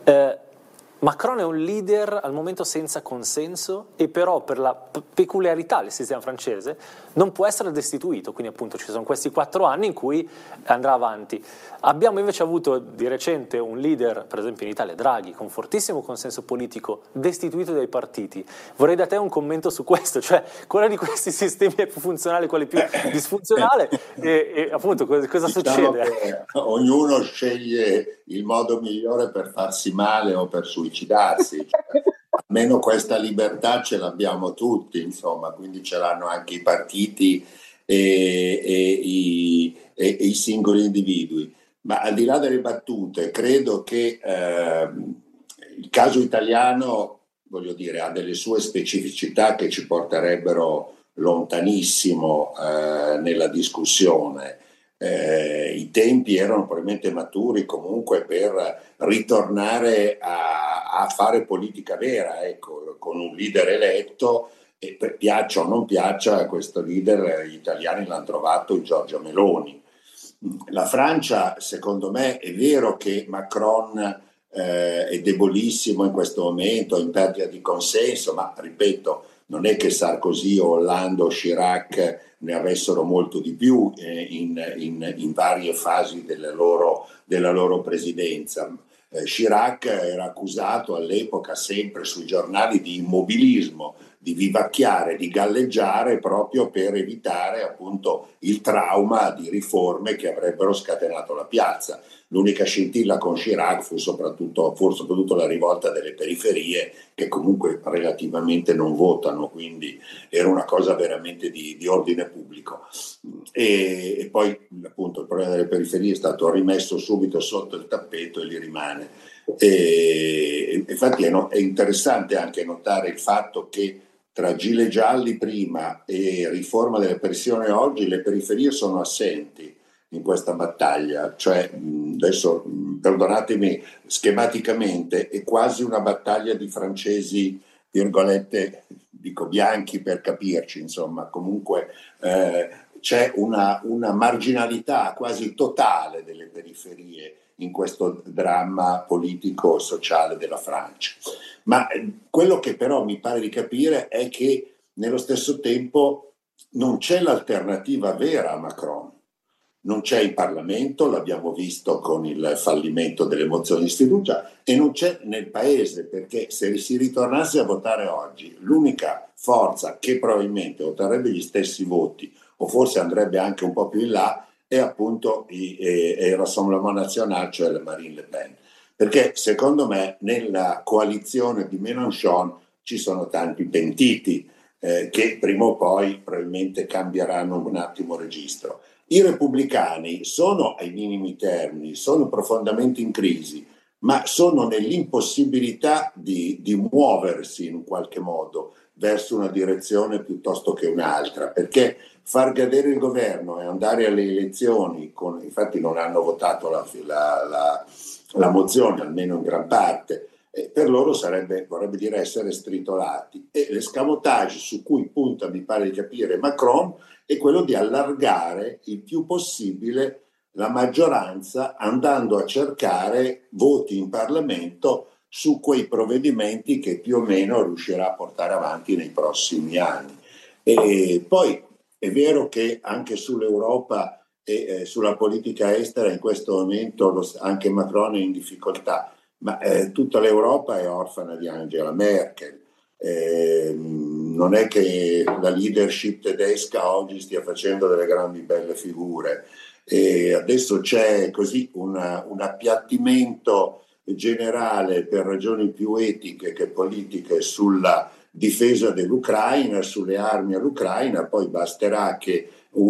Macron è un leader al momento senza consenso e però per la peculiarità del sistema francese non può essere destituito, quindi appunto ci sono questi 4 anni in cui andrà avanti. Abbiamo invece avuto di recente un leader, per esempio in Italia, Draghi, con fortissimo consenso politico, destituito dai partiti. Vorrei da te un commento su questo, cioè quale di questi sistemi è più funzionale, quale è più disfunzionale e appunto cosa succede? Che ognuno sceglie il modo migliore per farsi male o per suicidarsi. Almeno questa libertà ce l'abbiamo tutti, insomma, quindi ce l'hanno anche i partiti e i singoli individui. Ma al di là delle battute, credo che il caso italiano, voglio dire, ha delle sue specificità che ci porterebbero lontanissimo nella discussione. I tempi erano probabilmente maturi comunque per ritornare a fare politica vera, ecco, con un leader eletto, e piaccia o non piaccia, questo leader gli italiani l'hanno trovato in Giorgia Meloni. La Francia, secondo me, è vero che Macron è debolissimo in questo momento, in perdita di consenso, ma ripeto, non è che Sarkozy o Hollande o Chirac ne avessero molto di più in varie fasi della loro presidenza. Chirac era accusato all'epoca sempre sui giornali di immobilismo, di vivacchiare, di galleggiare proprio per evitare appunto il trauma di riforme che avrebbero scatenato la piazza. L'unica scintilla con Chirac fu soprattutto la rivolta delle periferie, che comunque relativamente non votano, quindi era una cosa veramente di ordine pubblico. E poi appunto il problema delle periferie è stato rimesso subito sotto il tappeto e lì rimane. E infatti è interessante anche notare il fatto che tra gilet gialli prima e riforma delle pensioni oggi le periferie sono assenti in questa battaglia, cioè adesso perdonatemi schematicamente è quasi una battaglia di francesi virgolette dico bianchi per capirci, insomma comunque c'è una marginalità quasi totale delle periferie in questo dramma politico e sociale della Francia. Ma quello che però mi pare di capire è che nello stesso tempo non c'è l'alternativa vera a Macron. Non c'è in Parlamento, l'abbiamo visto con il fallimento delle mozioni di sfiducia, e non c'è nel Paese, perché se si ritornasse a votare oggi, l'unica forza che probabilmente otterrebbe gli stessi voti, o forse andrebbe anche un po' più in là, è appunto il Rassemblement National, cioè Marine Le Pen. Perché secondo me nella coalizione di Mélenchon ci sono tanti pentiti che prima o poi probabilmente cambieranno un attimo registro. I repubblicani sono ai minimi termini, sono profondamente in crisi, ma sono nell'impossibilità di muoversi in qualche modo verso una direzione piuttosto che un'altra, perché far cadere il governo e andare alle elezioni, infatti non hanno votato la mozione, almeno in gran parte, per loro vorrebbe dire essere stritolati. E l'escamotage su cui punta, mi pare di capire, Macron è quello di allargare il più possibile la maggioranza andando a cercare voti in Parlamento su quei provvedimenti che più o meno riuscirà a portare avanti nei prossimi anni. E poi è vero che anche sull'Europa e sulla politica estera in questo momento anche Macron è in difficoltà, ma tutta l'Europa è orfana di Angela Merkel. Non è che la leadership tedesca oggi stia facendo delle grandi belle figure, e adesso c'è così un appiattimento generale per ragioni più etiche che politiche sulla difesa dell'Ucraina, sulle armi all'Ucraina. Poi basterà che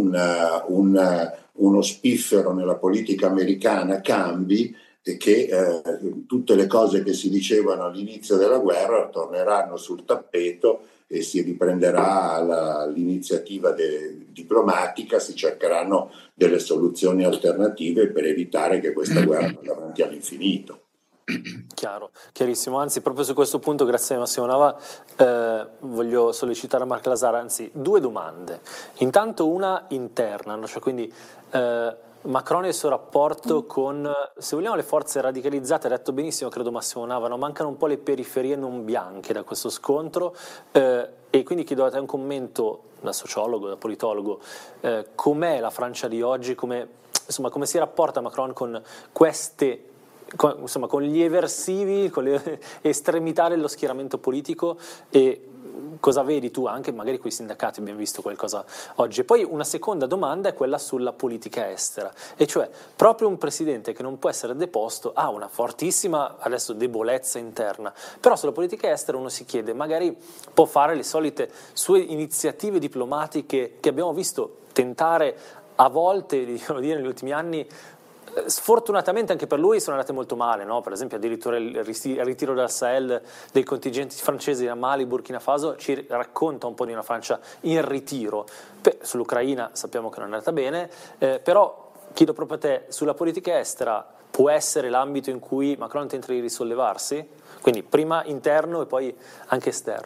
uno spiffero nella politica americana cambi e che tutte le cose che si dicevano all'inizio della guerra torneranno sul tappeto e si riprenderà l'iniziativa diplomatica, si cercheranno delle soluzioni alternative per evitare che questa guerra vada avanti all'infinito. Chiaro, chiarissimo. Anzi, proprio su questo punto, grazie a Massimo Nava, voglio sollecitare Marc Lazar, anzi due domande. Intanto una interna, no? Cioè quindi Macron e il suo rapporto con, se vogliamo, le forze radicalizzate. Ha detto benissimo, credo Massimo Nava, no? Mancano un po' le periferie non bianche da questo scontro, e quindi chiedo a te un commento da sociologo, da politologo. Com'è la Francia di oggi, come si rapporta Macron con queste, con gli eversivi, con le estremità dello schieramento politico, e cosa vedi tu anche magari con i sindacati? Abbiamo visto qualcosa oggi. E poi una seconda domanda è quella sulla politica estera, e cioè proprio un presidente che non può essere deposto ha una fortissima adesso debolezza interna, però sulla politica estera uno si chiede, magari può fare le solite sue iniziative diplomatiche che abbiamo visto tentare a volte, devo dire, negli ultimi anni. Sfortunatamente anche per lui sono andate molto male, no? Per esempio addirittura il ritiro dal Sahel dei contingenti francesi da Mali, Burkina Faso ci racconta un po' di una Francia in ritiro. Sull'Ucraina sappiamo che non è andata bene, però chiedo proprio a te, sulla politica estera può essere l'ambito in cui Macron tenta di risollevarsi? Quindi prima interno e poi anche esterno.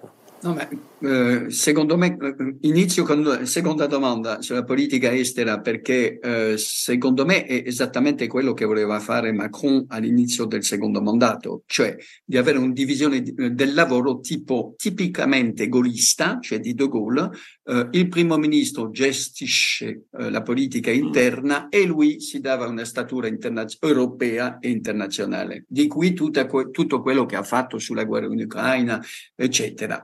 No, ma, secondo me, inizio con la seconda domanda sulla politica estera, perché secondo me è esattamente quello che voleva fare Macron all'inizio del secondo mandato, cioè di avere una divisione del lavoro tipicamente gaullista, cioè di De Gaulle. Il primo ministro gestisce la politica interna e lui si dava una statura europea e internazionale, di cui tutto quello che ha fatto sulla guerra in Ucraina, eccetera.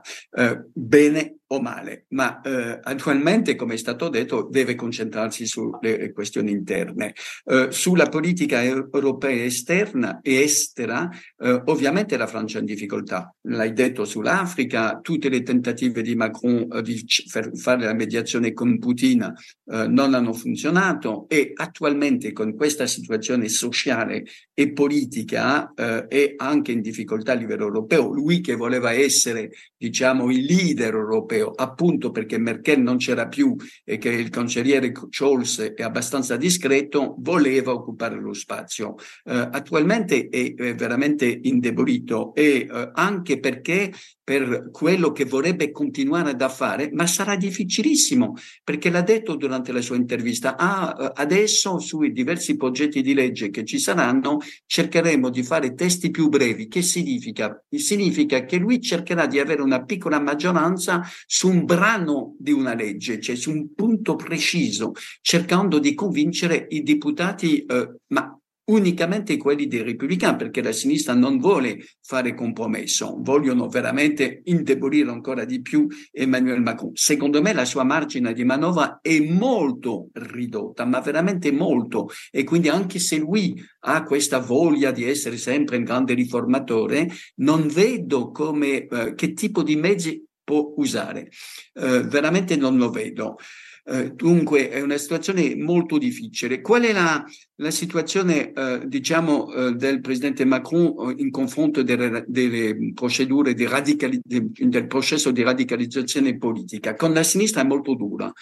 Bene o male, ma attualmente, come è stato detto, deve concentrarsi sulle questioni interne. Sulla politica europea esterna e estera, ovviamente la Francia è in difficoltà. L'hai detto sull'Africa, tutte le tentative di Macron di fare la mediazione con Putin non hanno funzionato, e attualmente con questa situazione sociale e politica è anche in difficoltà a livello europeo. Lui che voleva essere, diciamo, il leader europeo, appunto perché Merkel non c'era più e che il cancelliere Scholz è abbastanza discreto, voleva occupare lo spazio. Attualmente è veramente indebolito, e anche perché per quello che vorrebbe continuare a fare, ma sarà difficilissimo, perché l'ha detto durante la sua intervista, adesso sui diversi progetti di legge che ci saranno cercheremo di fare testi più brevi. Che significa? Significa che lui cercherà di avere una piccola maggioranza su un brano di una legge, cioè su un punto preciso, cercando di convincere i deputati, ma unicamente quelli dei repubblicani, perché la sinistra non vuole fare compromesso, vogliono veramente indebolire ancora di più Emmanuel Macron. Secondo me la sua margine di manovra è molto ridotta, ma veramente molto, e quindi anche se lui ha questa voglia di essere sempre un grande riformatore, non vedo come che tipo di mezzi può usare. Veramente non lo vedo. Dunque è una situazione molto difficile. Qual è la situazione del presidente Macron in confronto delle procedure del processo di radicalizzazione politica? Con la sinistra è molto dura,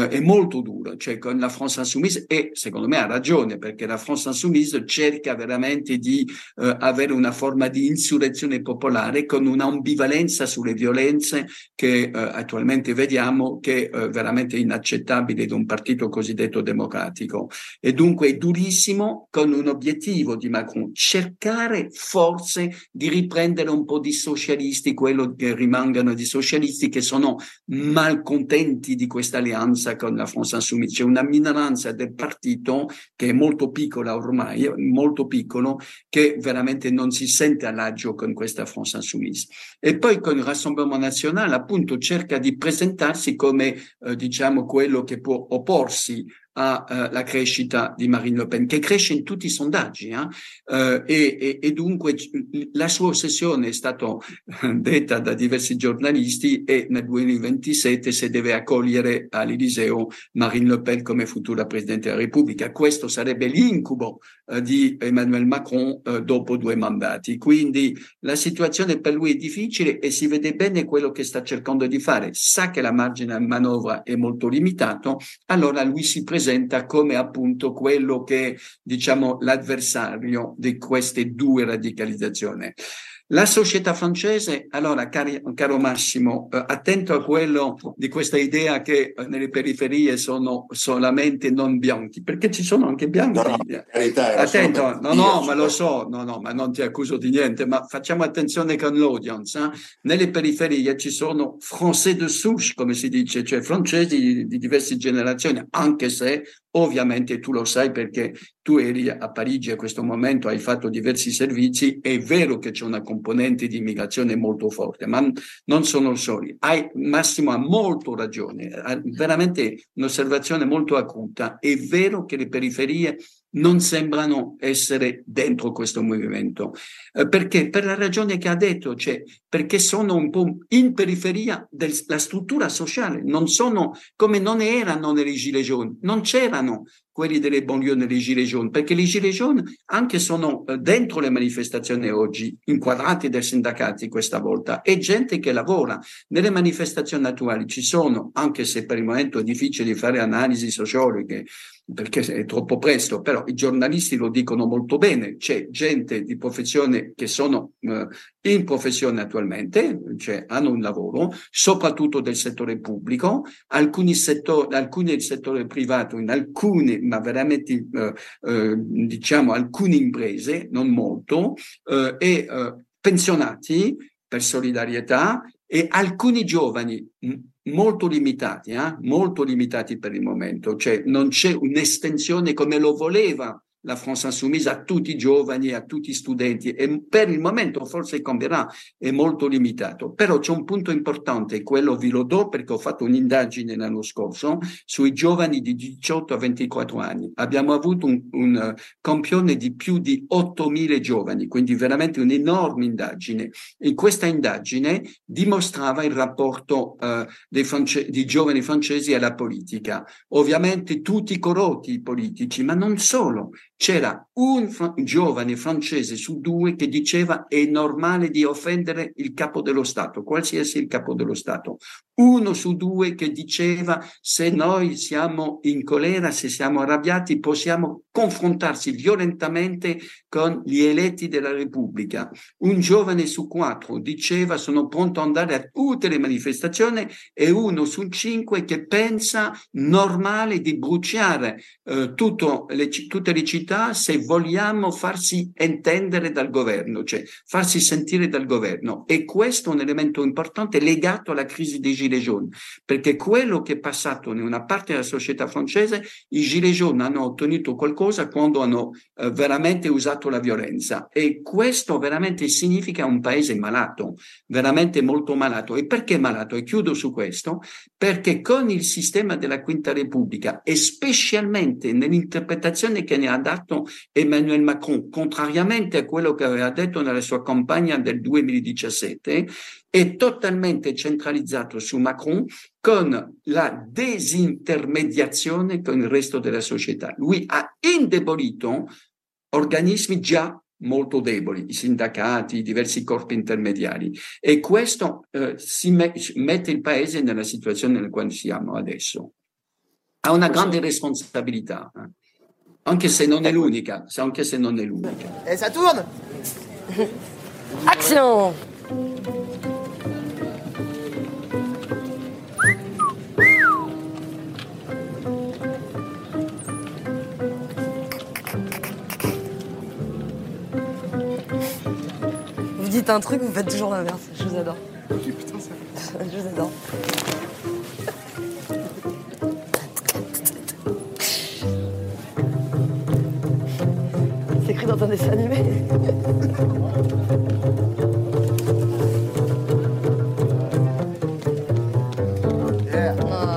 cioè con la France Insoumise, e secondo me ha ragione, perché la France Insoumise cerca veramente di avere una forma di insurrezione popolare con un'ambivalenza sulle violenze che attualmente vediamo, che è veramente inaccettabile da un partito cosiddetto democratico. E dunque è durissimo, con un obiettivo di Macron: cercare forse di riprendere un po' di socialisti, quello che rimangano di socialisti che sono malcontenti di questa alleanza con la France Insoumise. C'è una minoranza del partito che è molto piccola ormai, molto piccolo, che veramente non si sente all'agio con questa France Insoumise. E poi con il Rassemblement National appunto cerca di presentarsi come diciamo quello che può opporsi alla crescita di Marine Le Pen, che cresce in tutti i sondaggi, e dunque la sua ossessione è stata detta da diversi giornalisti, e nel 2027 si deve accogliere all'Eliseo Marine Le Pen come futura Presidente della Repubblica. Questo sarebbe l'incubo di Emmanuel Macron dopo 2 mandati. Quindi la situazione per lui è difficile, e si vede bene quello che sta cercando di fare. Sa che la margine di manovra è molto limitato, allora lui si presenta come appunto quello che, diciamo, l'avversario di queste 2 radicalizzazioni. La società francese, allora, caro Massimo, attento a quello di questa idea che nelle periferie sono solamente non bianchi, perché ci sono anche bianchi. No, carità, attento, ma lo so, ma non ti accuso di niente, ma facciamo attenzione con l'audience. Nelle periferie ci sono français de souche, come si dice, cioè francesi di diverse generazioni, anche se ovviamente tu lo sai perché tu eri a Parigi a questo momento, hai fatto diversi servizi, è vero che c'è una componente di immigrazione molto forte, ma non sono soli. Massimo ha molto ragione, veramente un'osservazione molto acuta. È vero che le periferie non sembrano essere dentro questo movimento, perché per la ragione che ha detto, cioè perché sono un po' in periferia della struttura sociale, non sono come non erano nelle Gilets jaunes, non c'erano quelli delle banlieue nelle Gilets jaunes, perché le Gilets jaunes anche sono dentro le manifestazioni oggi, inquadrati dai sindacati questa volta, e gente che lavora. Nelle manifestazioni attuali ci sono, anche se per il momento è difficile fare analisi sociologiche, perché è troppo presto, però i giornalisti lo dicono molto bene, c'è gente di professione che sono in professione attualmente, cioè hanno un lavoro, soprattutto del settore pubblico, alcuni del settore privato, in alcune, ma veramente diciamo alcune imprese, non molto, e pensionati per solidarietà, e alcuni giovani molto limitati per il momento, cioè non c'è un'estensione come lo voleva la France Insoumise a tutti i giovani, a tutti gli studenti, e per il momento forse cambierà, è molto limitato. Però c'è un punto importante, quello vi lo do perché ho fatto un'indagine l'anno scorso sui giovani di 18 a 24 anni. Abbiamo avuto un campione di più di 8.000 giovani, quindi veramente un'enorme indagine. In questa indagine dimostrava il rapporto di giovani francesi alla politica. Ovviamente tutti corrotti politici, ma non solo. C'era un giovane francese su 2 che diceva è normale di offendere il capo dello Stato, qualsiasi il capo dello Stato. 1 su 2 che diceva se noi siamo in colera, se siamo arrabbiati, possiamo confrontarsi violentemente con gli eletti della Repubblica. Un giovane su 4 diceva sono pronto ad andare a tutte le manifestazioni, e 1 su 5 che pensa normale di bruciare tutte le città se vogliamo farsi intendere dal governo, cioè farsi sentire dal governo. E questo è un elemento importante legato alla crisi dei Gilets jaunes, perché quello che è passato in una parte della società francese, i Gilets jaunes hanno ottenuto qualcosa quando hanno veramente usato la violenza, e questo veramente significa un paese malato, veramente molto malato. E perché malato? E chiudo su questo, perché con il sistema della Quinta Repubblica, e specialmente nell'interpretazione che ne ha dato Emmanuel Macron, contrariamente a quello che aveva detto nella sua campagna del 2017, è totalmente centralizzato su Macron, con la disintermediazione con il resto della società. Lui ha indebolito organismi già molto deboli, i sindacati, i diversi corpi intermediari, e questo mette il paese nella situazione nella quale siamo adesso. Ha una grande responsabilità, anche se non è l'unica, Et ça tourne. Action! Vous dites un truc, vous faites toujours l'inverse. Je vous adore. Putain, ça. Je vous adore. C'est écrit dans un dessin animé. Yeah.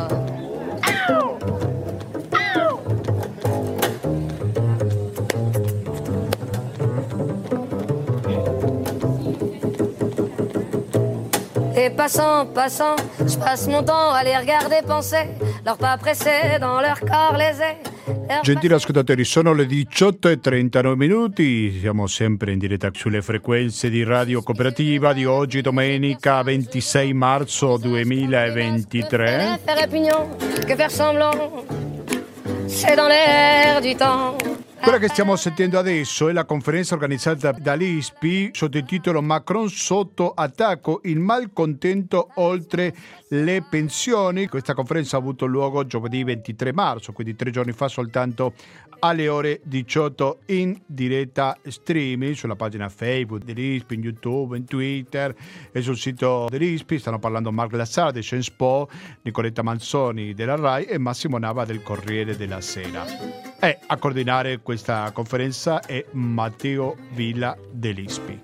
Et passant, je passe mon temps à les regarder penser, leurs pas pressés dans leur corps lésés. Gentili ascoltatori, sono le 18:39 minuti, siamo sempre in diretta sulle frequenze di Radio Cooperativa di oggi, domenica 26 marzo 2023. Faire opinion, que faire semblant, c'est dans l'air du temps. Quella che stiamo sentendo adesso è la conferenza organizzata dall'ISPI sottotitolo Macron sotto attacco, il malcontento oltre le pensioni. Questa conferenza ha avuto luogo giovedì 23 marzo, quindi 3 giorni fa soltanto, alle ore 18 in diretta streaming sulla pagina Facebook dell'ISPI, in YouTube, in Twitter e sul sito dell'ISPI. Stanno parlando Marc Lazzara di Sciences Po, Nicoletta Manzoni della RAI e Massimo Nava del Corriere della Sera. E a coordinare questa conferenza è Matteo Villa dell'ISPI.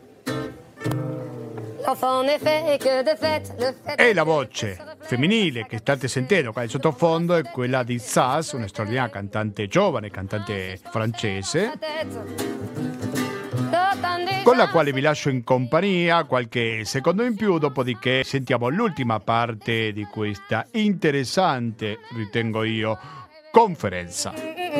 E la voce femminile che state sentendo qua in sottofondo è quella di Zaz, una straordinaria cantante giovane, cantante francese, con la quale vi lascio in compagnia qualche secondo in più, dopodiché sentiamo l'ultima parte di questa interessante, ritengo io, conferenza.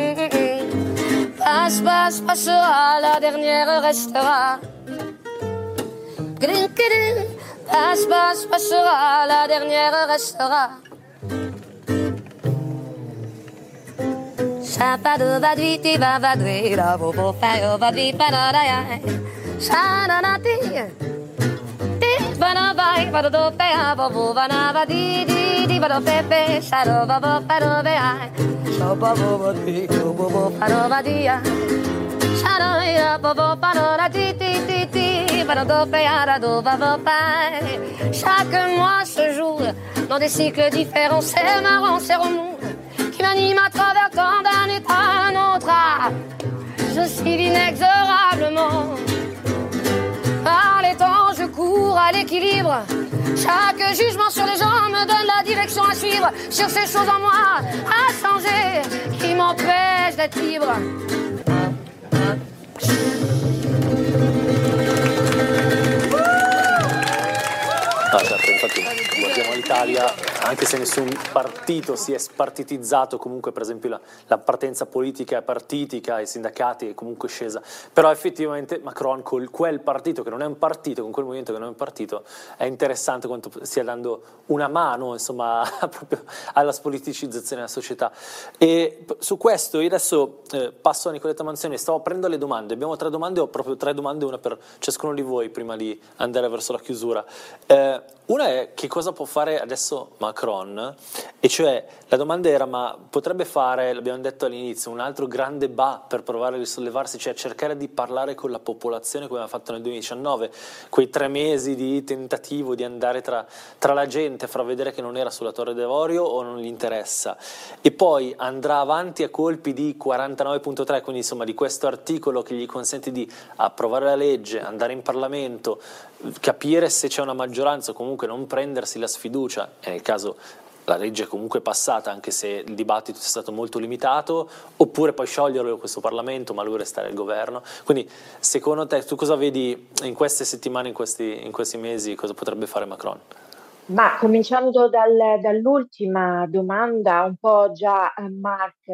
Passe, passe, passera, la dernière restera. Gling, gling. Passe, passe, passera, la dernière restera. Chaque mois se joue dans des cycles différents. C'est marrant, c'est remous qui m'anime à travers tant d'un état à un autre. Ah, je suis inexorablement par les temps, je cours à l'équilibre. Chaque jugement sur les gens me donne la direction à suivre. Sur ces choses en moi à changer qui m'empêchent d'être libre. No, certo, infatti guardiamo l'Italia, anche se nessun partito si è spartitizzato, comunque per esempio la partenza politica è partitica, i sindacati è comunque scesa, però effettivamente Macron con quel partito che non è un partito, con quel movimento che non è un partito, è interessante quanto stia dando una mano, insomma, proprio alla spoliticizzazione della società. E su questo io adesso passo a Nicoletta Manzioni, stavo aprendo le domande, abbiamo 3 domande, ho proprio 3 domande, una per ciascuno di voi prima di andare verso la chiusura. Una è che cosa può fare adesso Macron, e cioè la domanda era: ma potrebbe fare, l'abbiamo detto all'inizio, un altro grande ba per provare a risollevarsi, cioè cercare di parlare con la popolazione come ha fatto nel 2019, quei 3 mesi di tentativo di andare tra la gente, far vedere che non era sulla Torre d'Avorio o non gli interessa, e poi andrà avanti a colpi di 49.3, quindi insomma di questo articolo che gli consente di approvare la legge, andare in Parlamento, capire se c'è una maggioranza o comunque non prendersi la sfiducia, e nel caso la legge è comunque passata anche se il dibattito è stato molto limitato, oppure poi scioglierlo questo Parlamento ma lui restare al governo. Quindi secondo te tu cosa vedi in queste settimane, in questi mesi, cosa potrebbe fare Macron? Ma cominciando dall'ultima domanda, un po' già Mark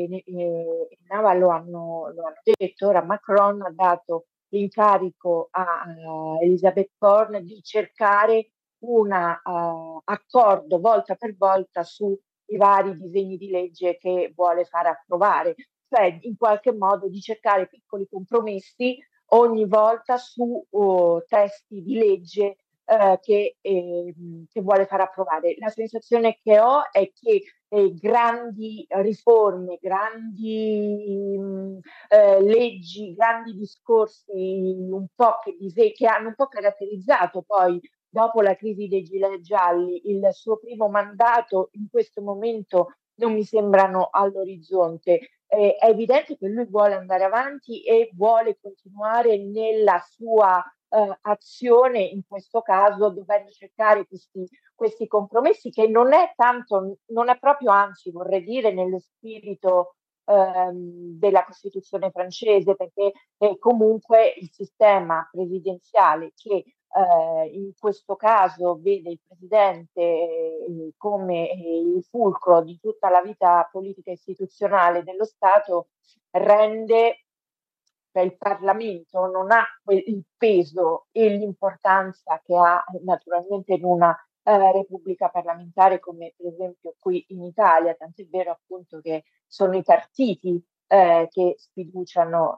e Nava lo hanno detto. Ora Macron ha dato l'incarico a Elisabeth Borne di cercare un accordo volta per volta sui vari disegni di legge che vuole far approvare, cioè in qualche modo di cercare piccoli compromessi ogni volta su testi di legge che vuole far approvare. La sensazione che ho è che grandi riforme, grandi leggi, grandi discorsi un po' che hanno un po' caratterizzato poi dopo la crisi dei gilet gialli il suo primo mandato, in questo momento non mi sembrano all'orizzonte. È evidente che lui vuole andare avanti e vuole continuare nella sua azione, in questo caso dovendo cercare questi compromessi, che non è proprio, anzi vorrei dire, nello spirito della Costituzione francese, perché comunque il sistema presidenziale che in questo caso vede il presidente come il fulcro di tutta la vita politica e istituzionale dello Stato, rende che il Parlamento non ha il peso e l'importanza che ha naturalmente in una repubblica parlamentare come per esempio qui in Italia, tant'è vero appunto che sono i partiti che sfiduciano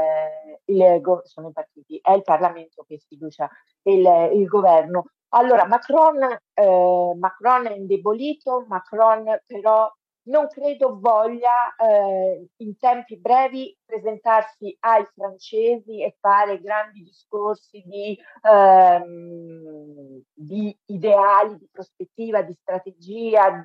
sono i partiti, è il Parlamento che sfiducia il governo. Allora Macron è indebolito, Macron però non credo voglia in tempi brevi presentarsi ai francesi e fare grandi discorsi di ideali, di prospettiva, di strategia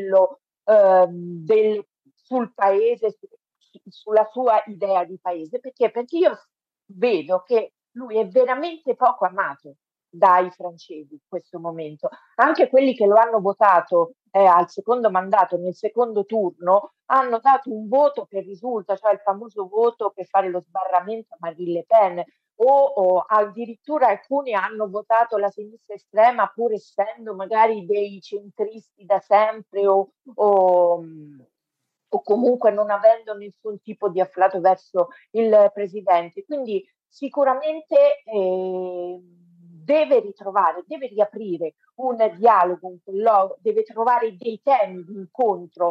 sul paese, sulla sua idea di paese. Perché io vedo che lui è veramente poco amato dai francesi in questo momento. Anche quelli che lo hanno votato al secondo mandato, nel secondo turno, hanno dato un voto che risulta, cioè il famoso voto per fare lo sbarramento a Marine Le Pen, o addirittura alcuni hanno votato la sinistra estrema pur essendo magari dei centristi da sempre o comunque non avendo nessun tipo di afflato verso il presidente. Quindi sicuramente deve riaprire un dialogo, deve trovare dei temi di incontro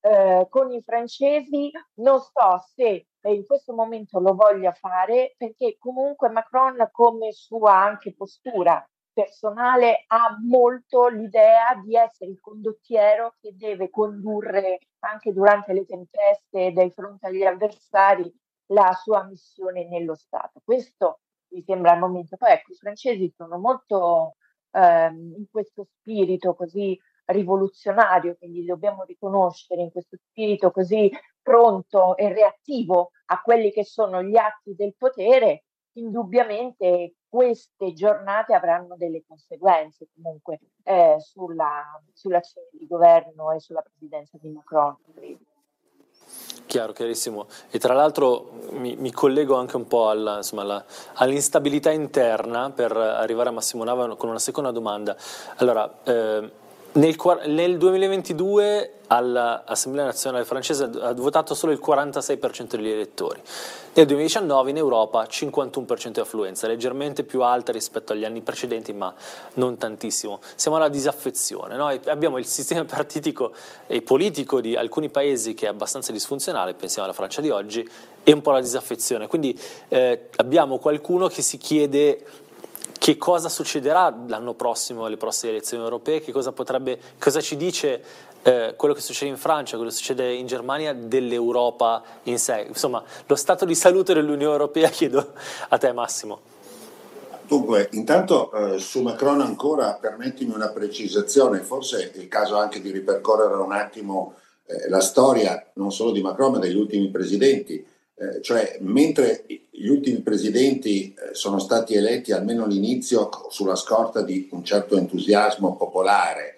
con i francesi. Non so se in questo momento lo voglia fare, perché comunque Macron, come sua anche postura personale, ha molto l'idea di essere il condottiero che deve condurre anche durante le tempeste dai fronte agli avversari la sua missione nello Stato. Questo mi sembra al momento. Poi ecco, i francesi sono molto in questo spirito così rivoluzionario, quindi dobbiamo riconoscere in questo spirito così pronto e reattivo a quelli che sono gli atti del potere. Indubbiamente queste giornate avranno delle conseguenze comunque sull'azione di governo e sulla presidenza di Macron, credo. Chiaro, chiarissimo. E tra l'altro mi collego anche un po' all'instabilità interna per arrivare a Massimo Nava con una seconda domanda. Allora, nel 2022 all'Assemblea nazionale francese ha votato solo il 46% degli elettori. Nel 2019 in Europa 51% di affluenza, leggermente più alta rispetto agli anni precedenti, ma non tantissimo. Siamo alla disaffezione, no? Abbiamo il sistema partitico e politico di alcuni paesi che è abbastanza disfunzionale, pensiamo alla Francia di oggi, e un po' la disaffezione. Quindi abbiamo qualcuno che si chiede che cosa succederà l'anno prossimo alle prossime elezioni europee, cosa ci dice quello che succede in Francia, quello che succede in Germania dell'Europa in sé. Insomma, lo stato di salute dell'Unione Europea, chiedo a te Massimo. Dunque, intanto su Macron ancora permettimi una precisazione, forse è il caso anche di ripercorrere un attimo la storia non solo di Macron ma degli ultimi presidenti. Cioè, mentre gli ultimi presidenti sono stati eletti almeno all'inizio sulla scorta di un certo entusiasmo popolare,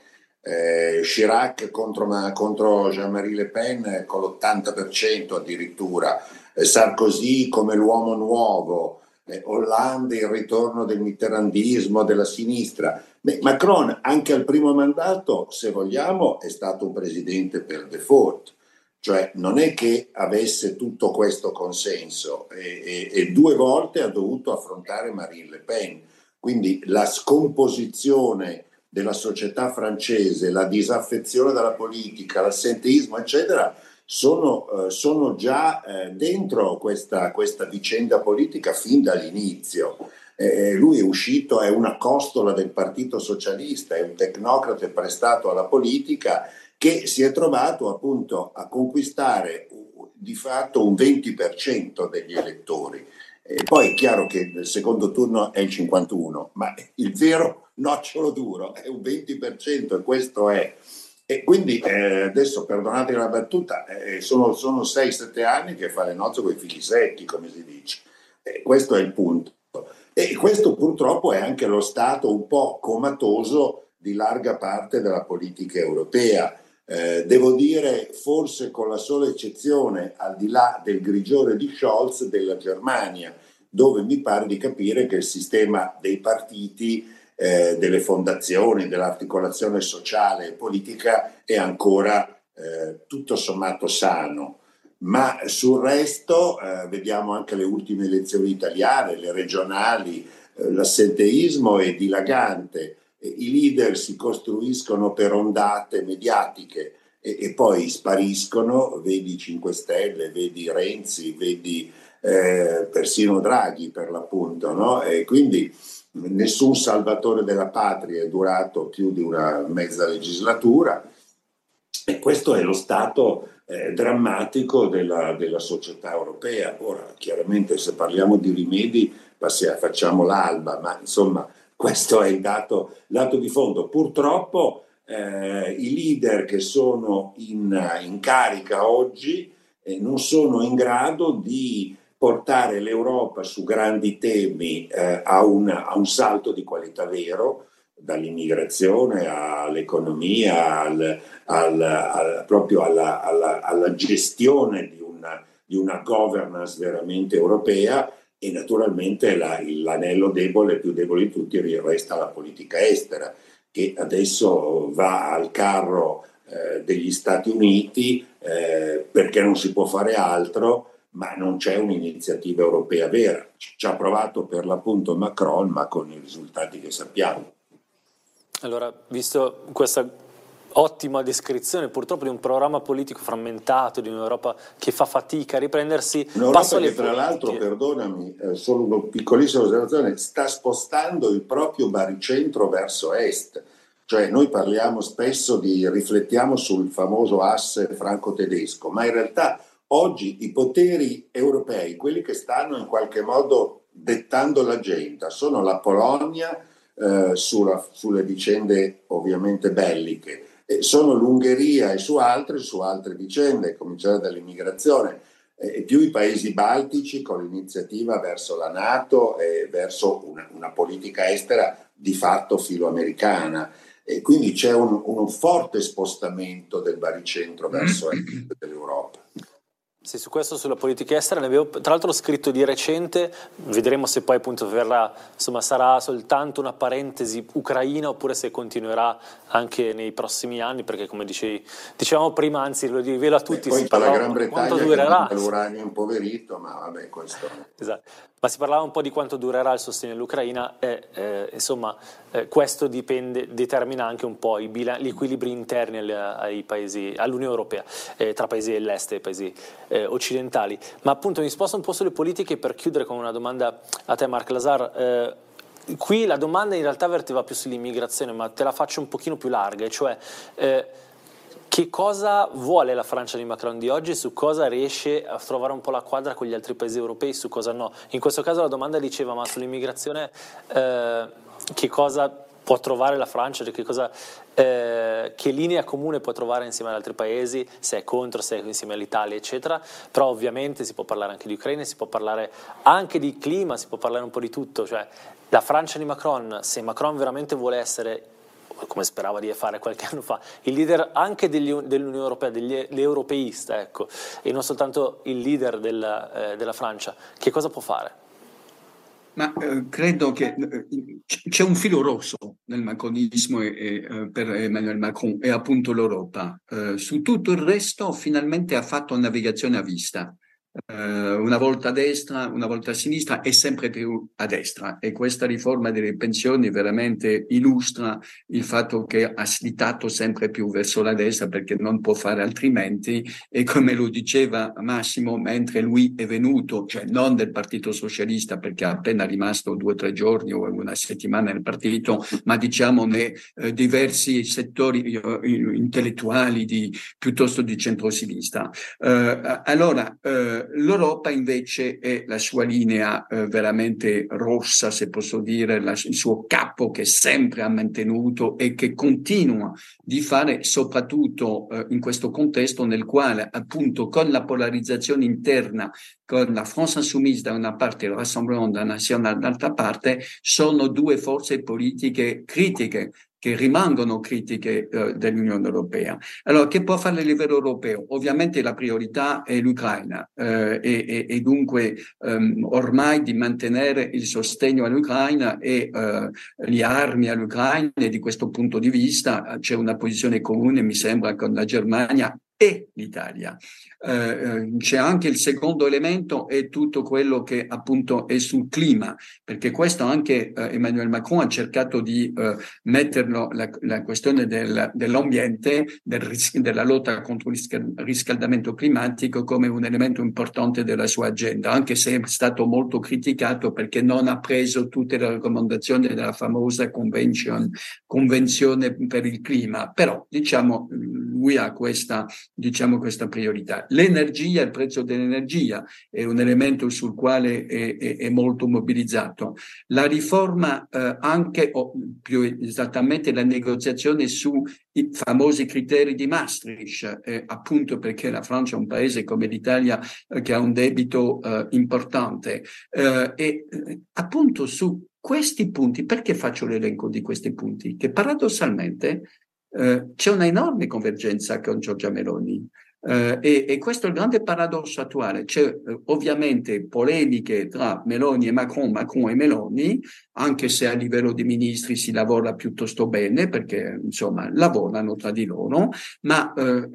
Chirac contro Jean-Marie Le Pen con l'80% addirittura, Sarkozy come l'uomo nuovo, Hollande il ritorno del mitterrandismo, della sinistra. Macron anche al primo mandato, se vogliamo, è stato un presidente per default. Cioè non è che avesse tutto questo consenso e 2 volte ha dovuto affrontare Marine Le Pen. Quindi la scomposizione della società francese, la disaffezione dalla politica, l'assenteismo, eccetera, sono già dentro questa vicenda politica fin dall'inizio. Lui è uscito, è una costola del Partito Socialista, è un tecnocrate prestato alla politica che si è trovato appunto a conquistare di fatto un 20% degli elettori. E poi è chiaro che nel secondo turno è il 51%, ma il vero nocciolo duro è un 20% e questo è. E quindi adesso, perdonate la battuta, sono 6-7 anni che fa le nozze con i figli secchi, come si dice. Questo è il punto. E questo purtroppo è anche lo stato un po' comatoso di larga parte della politica europea. Devo dire, forse con la sola eccezione, al di là del grigiore di Scholz, della Germania, dove mi pare di capire che il sistema dei partiti, delle fondazioni, dell'articolazione sociale e politica è ancora tutto sommato sano. Ma sul resto vediamo anche le ultime elezioni italiane, le regionali, l'assenteismo è dilagante. I leader si costruiscono per ondate mediatiche e poi spariscono, vedi 5 Stelle, vedi Renzi, vedi persino Draghi per l'appunto, no? E quindi nessun salvatore della patria è durato più di una mezza legislatura e questo è lo stato drammatico della società europea. Ora, chiaramente se parliamo di rimedi facciamo l'alba, ma insomma questo è il dato di fondo. Purtroppo i leader che sono in carica oggi non sono in grado di portare l'Europa su grandi temi a un salto di qualità vero, dall'immigrazione all'economia, proprio alla gestione di una governance veramente europea. E naturalmente l'anello debole, più debole di tutti, resta la politica estera, che adesso va al carro degli Stati Uniti perché non si può fare altro, ma non c'è un'iniziativa europea vera. Ci ha provato per l'appunto Macron, ma con i risultati che sappiamo. Allora, visto questa ottima descrizione purtroppo di un programma politico frammentato, di un'Europa che fa fatica a riprendersi. Un'Europa che tra l'altro, perdonami, solo una piccolissima osservazione, sta spostando il proprio baricentro verso est. Cioè noi parliamo spesso riflettiamo sul famoso asse franco-tedesco, ma in realtà oggi i poteri europei, quelli che stanno in qualche modo dettando l'agenda, sono la Polonia sulle vicende ovviamente belliche, sono l'Ungheria e su altre vicende, a cominciare dall'immigrazione, e più i paesi baltici con l'iniziativa verso la NATO e verso una politica estera di fatto filoamericana. E quindi c'è un forte spostamento del baricentro verso est dell'Europa. Sì, su questo, sulla politica estera, ne avevo tra l'altro scritto di recente, vedremo se poi appunto sarà soltanto una parentesi ucraina oppure se continuerà anche nei prossimi anni, perché come dicevamo prima, anzi lo rivelo a tutti, poi si parla la Gran Bretagna quanto durerà l'uranio impoverito, ma vabbè, questo. Esatto. Ma si parlava un po' di quanto durerà il sostegno all'Ucraina questo determina anche un po' gli equilibri interni ai paesi, all'Unione Europea, tra paesi dell'est e paesi occidentali. Ma appunto mi sposto un po' sulle politiche per chiudere con una domanda a te, Marc Lazar. Qui la domanda in realtà verteva più sull'immigrazione, ma te la faccio un pochino più larga, cioè che cosa vuole la Francia di Macron di oggi, su cosa riesce a trovare un po' la quadra con gli altri paesi europei, su cosa no. In questo caso la domanda diceva, ma sull'immigrazione che cosa può trovare la Francia, che linea comune può trovare insieme ad altri paesi, se è contro, se è insieme all'Italia, eccetera. Però ovviamente si può parlare anche di Ucraina, si può parlare anche di clima, si può parlare un po' di tutto. Cioè la Francia di Macron, se Macron veramente vuole essere, come sperava di fare qualche anno fa, il leader anche dell'Unione Europea, l'europeista, ecco, e non soltanto il leader della Francia, che cosa può fare? Ma credo che c'è un filo rosso nel macronismo per Emmanuel Macron, è appunto l'Europa. Su tutto il resto finalmente ha fatto navigazione a vista. Una volta a destra, una volta a sinistra e sempre più a destra, e questa riforma delle pensioni veramente illustra il fatto che ha slitato sempre più verso la destra, perché non può fare altrimenti. E come lo diceva Massimo, mentre lui è venuto, cioè non del Partito Socialista, perché è appena rimasto 2 o 3 giorni o una settimana nel partito, ma diciamo nei diversi settori intellettuali piuttosto di centrosinistra. Allora l'Europa invece è la sua linea veramente rossa, se posso dire, il suo capo che sempre ha mantenuto e che continua di fare, soprattutto in questo contesto nel quale appunto con la polarizzazione interna, con la France Insoumise da una parte e il Rassemblement National dall'altra parte, sono 2 forze politiche critiche che rimangono critiche dell'Unione Europea. Allora, che può fare a livello europeo? Ovviamente la priorità è l'Ucraina e dunque ormai di mantenere il sostegno all'Ucraina e le armi all'Ucraina, e di questo punto di vista c'è una posizione comune, mi sembra, con la Germania e l'Italia. C'è anche il secondo elemento, è tutto quello che appunto è sul clima, perché questo anche Emmanuel Macron ha cercato di metterlo, la questione dell'ambiente, della lotta contro il riscaldamento climatico, come un elemento importante della sua agenda, anche se è stato molto criticato perché non ha preso tutte le raccomandazioni della famosa convenzione per il clima. Però diciamo lui ha questa priorità. L'energia, il prezzo dell'energia è un elemento sul quale è molto mobilizzato. La riforma anche, o più esattamente la negoziazione sui famosi criteri di Maastricht, appunto perché la Francia è un paese come l'Italia che ha un debito importante. E appunto su questi punti, perché faccio l'elenco di questi punti? Che paradossalmente c'è una enorme convergenza con Giorgia Meloni. E questo è il grande paradosso attuale. C'è ovviamente polemiche tra Meloni e Macron e Meloni, anche se a livello di ministri si lavora piuttosto bene, perché insomma lavorano tra di loro, ma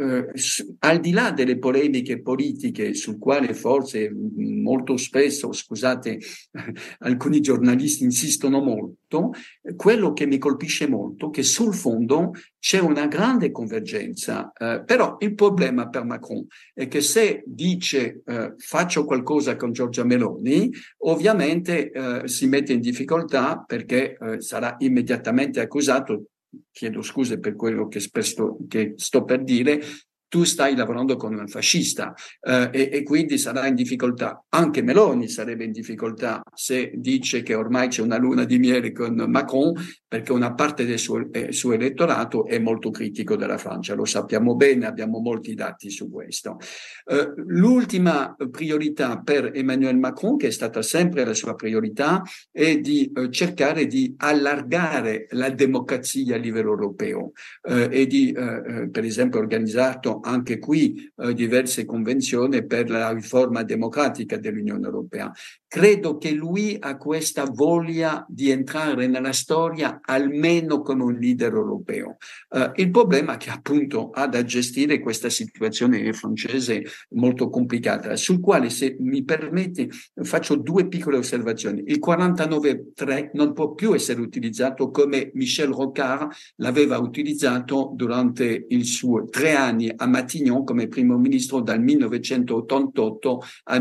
al di là delle polemiche politiche sul quale forse molto spesso, scusate, alcuni giornalisti insistono molto, quello che mi colpisce molto è che sul fondo c'è una grande convergenza, però il problema per Macron è che se dice faccio qualcosa con Giorgia Meloni, ovviamente si mette in difficoltà perché sarà immediatamente accusato, chiedo scuse per quello che sto per dire, tu stai lavorando con un fascista e quindi sarà in difficoltà. Anche Meloni sarebbe in difficoltà se dice che ormai c'è una luna di miele con Macron, perché una parte del suo elettorato è molto critico della Francia, lo sappiamo bene, abbiamo molti dati su questo. L'ultima priorità per Emmanuel Macron, che è stata sempre la sua priorità, è di cercare di allargare la democrazia a livello europeo e di, per esempio, organizzato anche qui diverse convenzioni per la riforma democratica dell'Unione Europea. Credo che lui ha questa voglia di entrare nella storia almeno come un leader europeo. Il problema è che appunto ha da gestire questa situazione francese molto complicata, sul quale, se mi permetti, faccio due piccole osservazioni. Il 49.3 non può più essere utilizzato come Michel Rocard l'aveva utilizzato durante i suoi 3 anni a Matignon come primo ministro dal 1988 al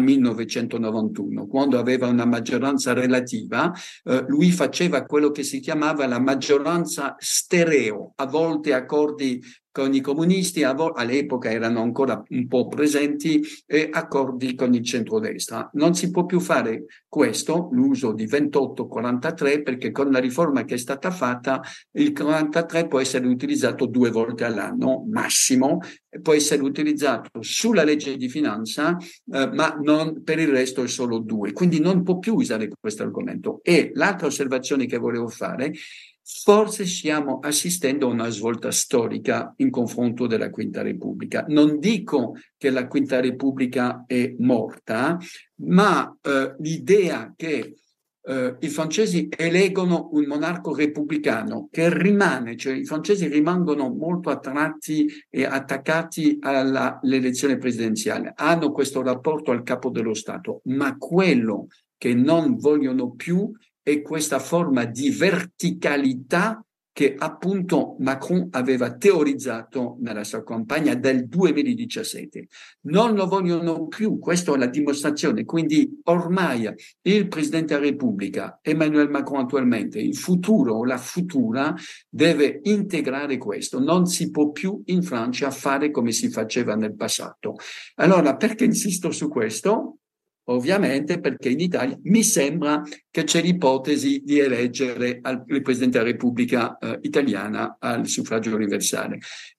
1991, quando aveva una maggioranza relativa. Lui faceva quello che si chiamava la maggioranza stereo, a volte accordi con i comunisti, all'epoca erano ancora un po' presenti, e accordi con il centrodestra. Non si può più fare questo, l'uso di 28-43, perché con la riforma che è stata fatta il 43 può essere utilizzato 2 volte all'anno massimo, può essere utilizzato sulla legge di finanza, ma non per il resto è solo 2, quindi non può più usare questo argomento. E l'altra osservazione che volevo fare: forse stiamo assistendo a una svolta storica in confronto della Quinta Repubblica. Non dico che la Quinta Repubblica è morta, ma l'idea che i francesi eleggono un monarca repubblicano che rimane, cioè i francesi rimangono molto attratti e attaccati all'elezione presidenziale, hanno questo rapporto al capo dello Stato, ma quello che non vogliono più è questa forma di verticalità che appunto Macron aveva teorizzato nella sua campagna del 2017. Non lo vogliono più, questa è la dimostrazione. Quindi ormai il Presidente della Repubblica, Emmanuel Macron attualmente, il futuro o la futura, deve integrare questo. Non si può più in Francia fare come si faceva nel passato. Allora, perché insisto su questo? Ovviamente perché in Italia mi sembra che c'è l'ipotesi di eleggere il Presidente della Repubblica italiana al suffragio universale.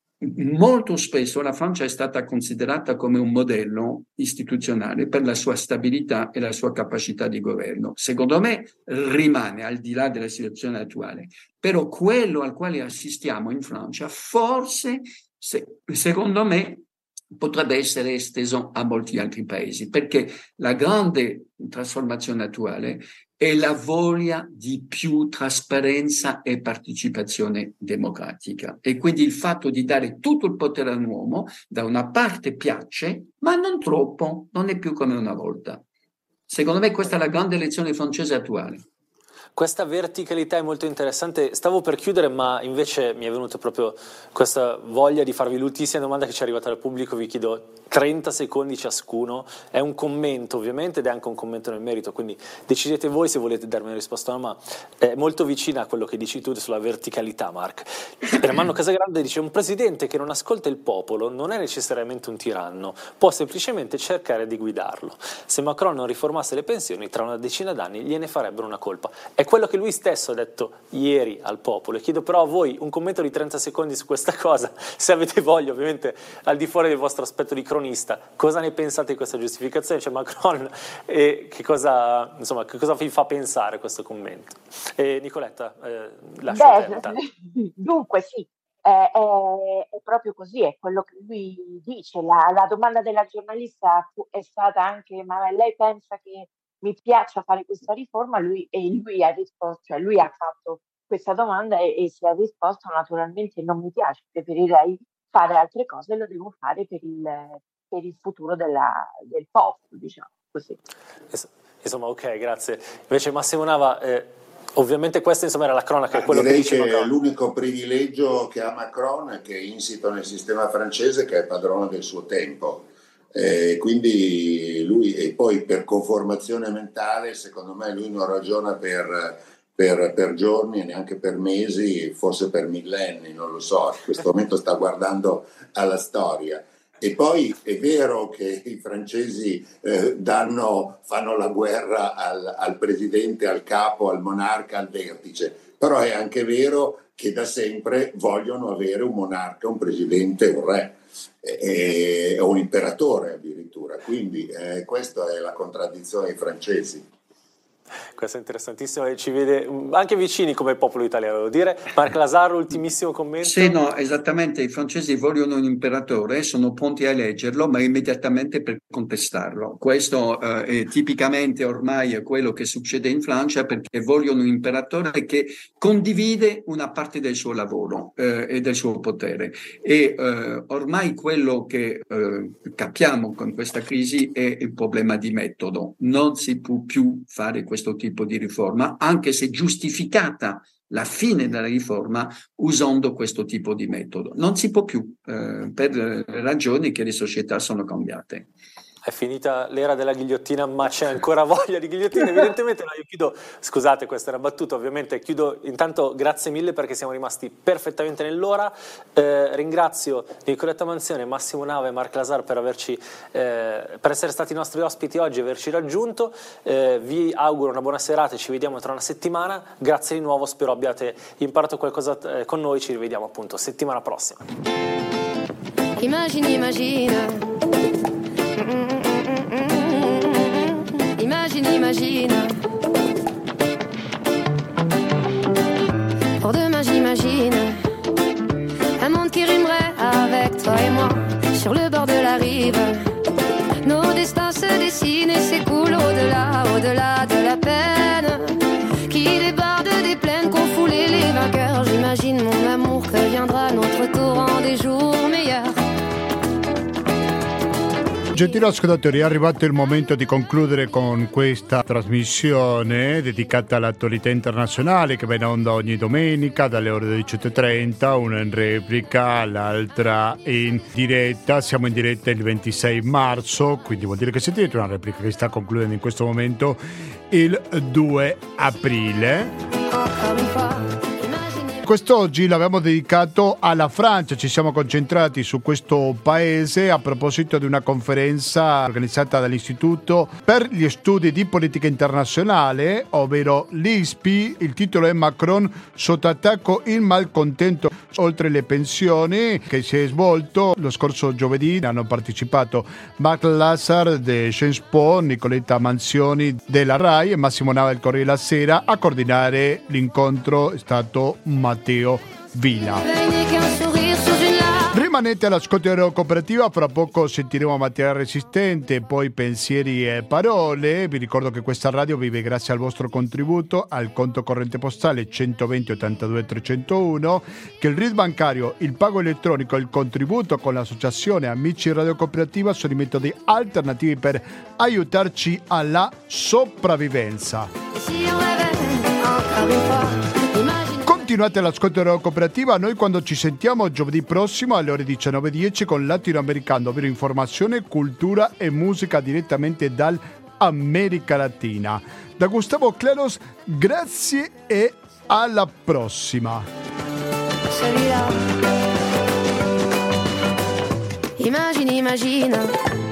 Molto spesso la Francia è stata considerata come un modello istituzionale per la sua stabilità e la sua capacità di governo. Secondo me rimane, al di là della situazione attuale, però quello al quale assistiamo in Francia forse, secondo me, potrebbe essere esteso a molti altri paesi, perché la grande trasformazione attuale è la voglia di più trasparenza e partecipazione democratica, e quindi il fatto di dare tutto il potere a un uomo da una parte piace, ma non troppo, non è più come una volta. Secondo me questa è la grande lezione francese attuale. Questa verticalità è molto interessante. Stavo per chiudere, ma invece mi è venuta proprio questa voglia di farvi l'ultima domanda che ci è arrivata dal pubblico. Vi chiedo 30 secondi ciascuno. È un commento ovviamente ed è anche un commento nel merito, quindi decidete voi se volete darmi una risposta o no, ma è molto vicina a quello che dici tu sulla verticalità, Marc. Ermanno Casagrande dice: un presidente che non ascolta il popolo non è necessariamente un tiranno, può semplicemente cercare di guidarlo. Se Macron non riformasse le pensioni, tra una decina d'anni gliene farebbero una colpa. È quello che lui stesso ha detto ieri al popolo. E chiedo però a voi un commento di 30 secondi su questa cosa, se avete voglia, ovviamente al di fuori del vostro aspetto di cronista. Cosa ne pensate di questa giustificazione? Cioè Macron, e che cosa vi fa pensare questo commento? Nicoletta, lascio a te. Dunque sì, è proprio così, è quello che lui dice. La domanda della giornalista è stata anche: ma lei pensa che mi piaccia fare questa riforma, lui ha risposto, cioè lui ha fatto questa domanda e si è risposto naturalmente non mi piace, preferirei fare altre cose, lo devo fare per il futuro del popolo, diciamo così. Insomma, ok, grazie. Invece Massimo Nava, ovviamente questa insomma era la cronaca, quello direi che dice Macron. L'unico privilegio che ha Macron è che è insito nel sistema francese, che è padrone del suo tempo. Quindi lui, e poi per conformazione mentale, secondo me lui non ragiona per giorni e neanche per mesi, forse per millenni, non lo so, in questo momento sta guardando alla storia. E poi è vero che i francesi fanno la guerra al presidente, al capo, al monarca, al vertice, però è anche vero che da sempre vogliono avere un monarca, un presidente, un re o un imperatore addirittura, quindi questa è la contraddizione dei francesi. Questo è interessantissimo e ci vede anche vicini come popolo italiano, devo dire. Marc Lazar, ultimissimo commento. Sì, no, esattamente, i francesi vogliono un imperatore, sono pronti a eleggerlo, ma immediatamente per contestarlo. Questo è tipicamente ormai quello che succede in Francia, perché vogliono un imperatore che condivide una parte del suo lavoro e del suo potere. E ormai quello che capiamo con questa crisi è il problema di metodo. Non si può più fare questo tipo di riforma, anche se giustificata la fine della riforma usando questo tipo di metodo. Non si può più, per ragioni che le società sono cambiate. È finita l'era della ghigliottina, ma c'è ancora voglia di ghigliottina, evidentemente. No, io chiudo, scusate, questa era battuta, ovviamente chiudo. Intanto grazie mille perché siamo rimasti perfettamente nell'ora. Ringrazio Nicoletta Manzione, Massimo Nava e Marc Lazar per essere stati i nostri ospiti oggi e averci raggiunto. Vi auguro una buona serata e ci vediamo tra una settimana. Grazie di nuovo, spero abbiate imparato qualcosa con noi. Ci rivediamo appunto settimana prossima. Imagine. Imagine. Pour demain j'imagine un monde qui rimerait avec toi et moi sur le bord de la rive. Nos destins se dessinent et s'écoulent au-delà de la peine qui débarde des plaines qu'ont foulé les vainqueurs. J'imagine mon amour que viendra notre tour en des jours meilleurs. Gentili ascoltatori, è arrivato il momento di concludere con questa trasmissione dedicata all'attualità internazionale che va in onda ogni domenica dalle ore 18:30, una in replica, l'altra in diretta. Siamo in diretta il 26 marzo, quindi vuol dire che sentite una replica che sta concludendo in questo momento il 2 aprile. Quest'oggi l'abbiamo dedicato alla Francia, ci siamo concentrati su questo paese a proposito di una conferenza organizzata dall'Istituto per gli Studi di Politica Internazionale, ovvero l'ISPI. Il titolo è Macron sotto attacco, il malcontento oltre le pensioni, che si è svolto lo scorso giovedì. Hanno partecipato Marc Lazar de Sciences Po, Nicoletta Manzioni della RAI e Massimo Nava del Corriere della Sera. A coordinare l'incontro è stato Matteo Villa. Rimanete all'ascolto di Radio Cooperativa, fra poco sentiremo Materiale Resistente, poi Pensieri e Parole. Vi ricordo che questa radio vive grazie al vostro contributo al conto corrente postale 120 82 301, che il RID bancario, il pago elettronico e il contributo con l'associazione Amici Radio Cooperativa sono i metodi alternativi per aiutarci alla sopravvivenza. Continuate all'ascolto della Cooperativa. Noi quando ci sentiamo giovedì prossimo alle ore 19:10 con Latinoamericano, ovvero informazione, cultura e musica direttamente dall'America Latina. Da Gustavo Claros, grazie e alla prossima. Imagine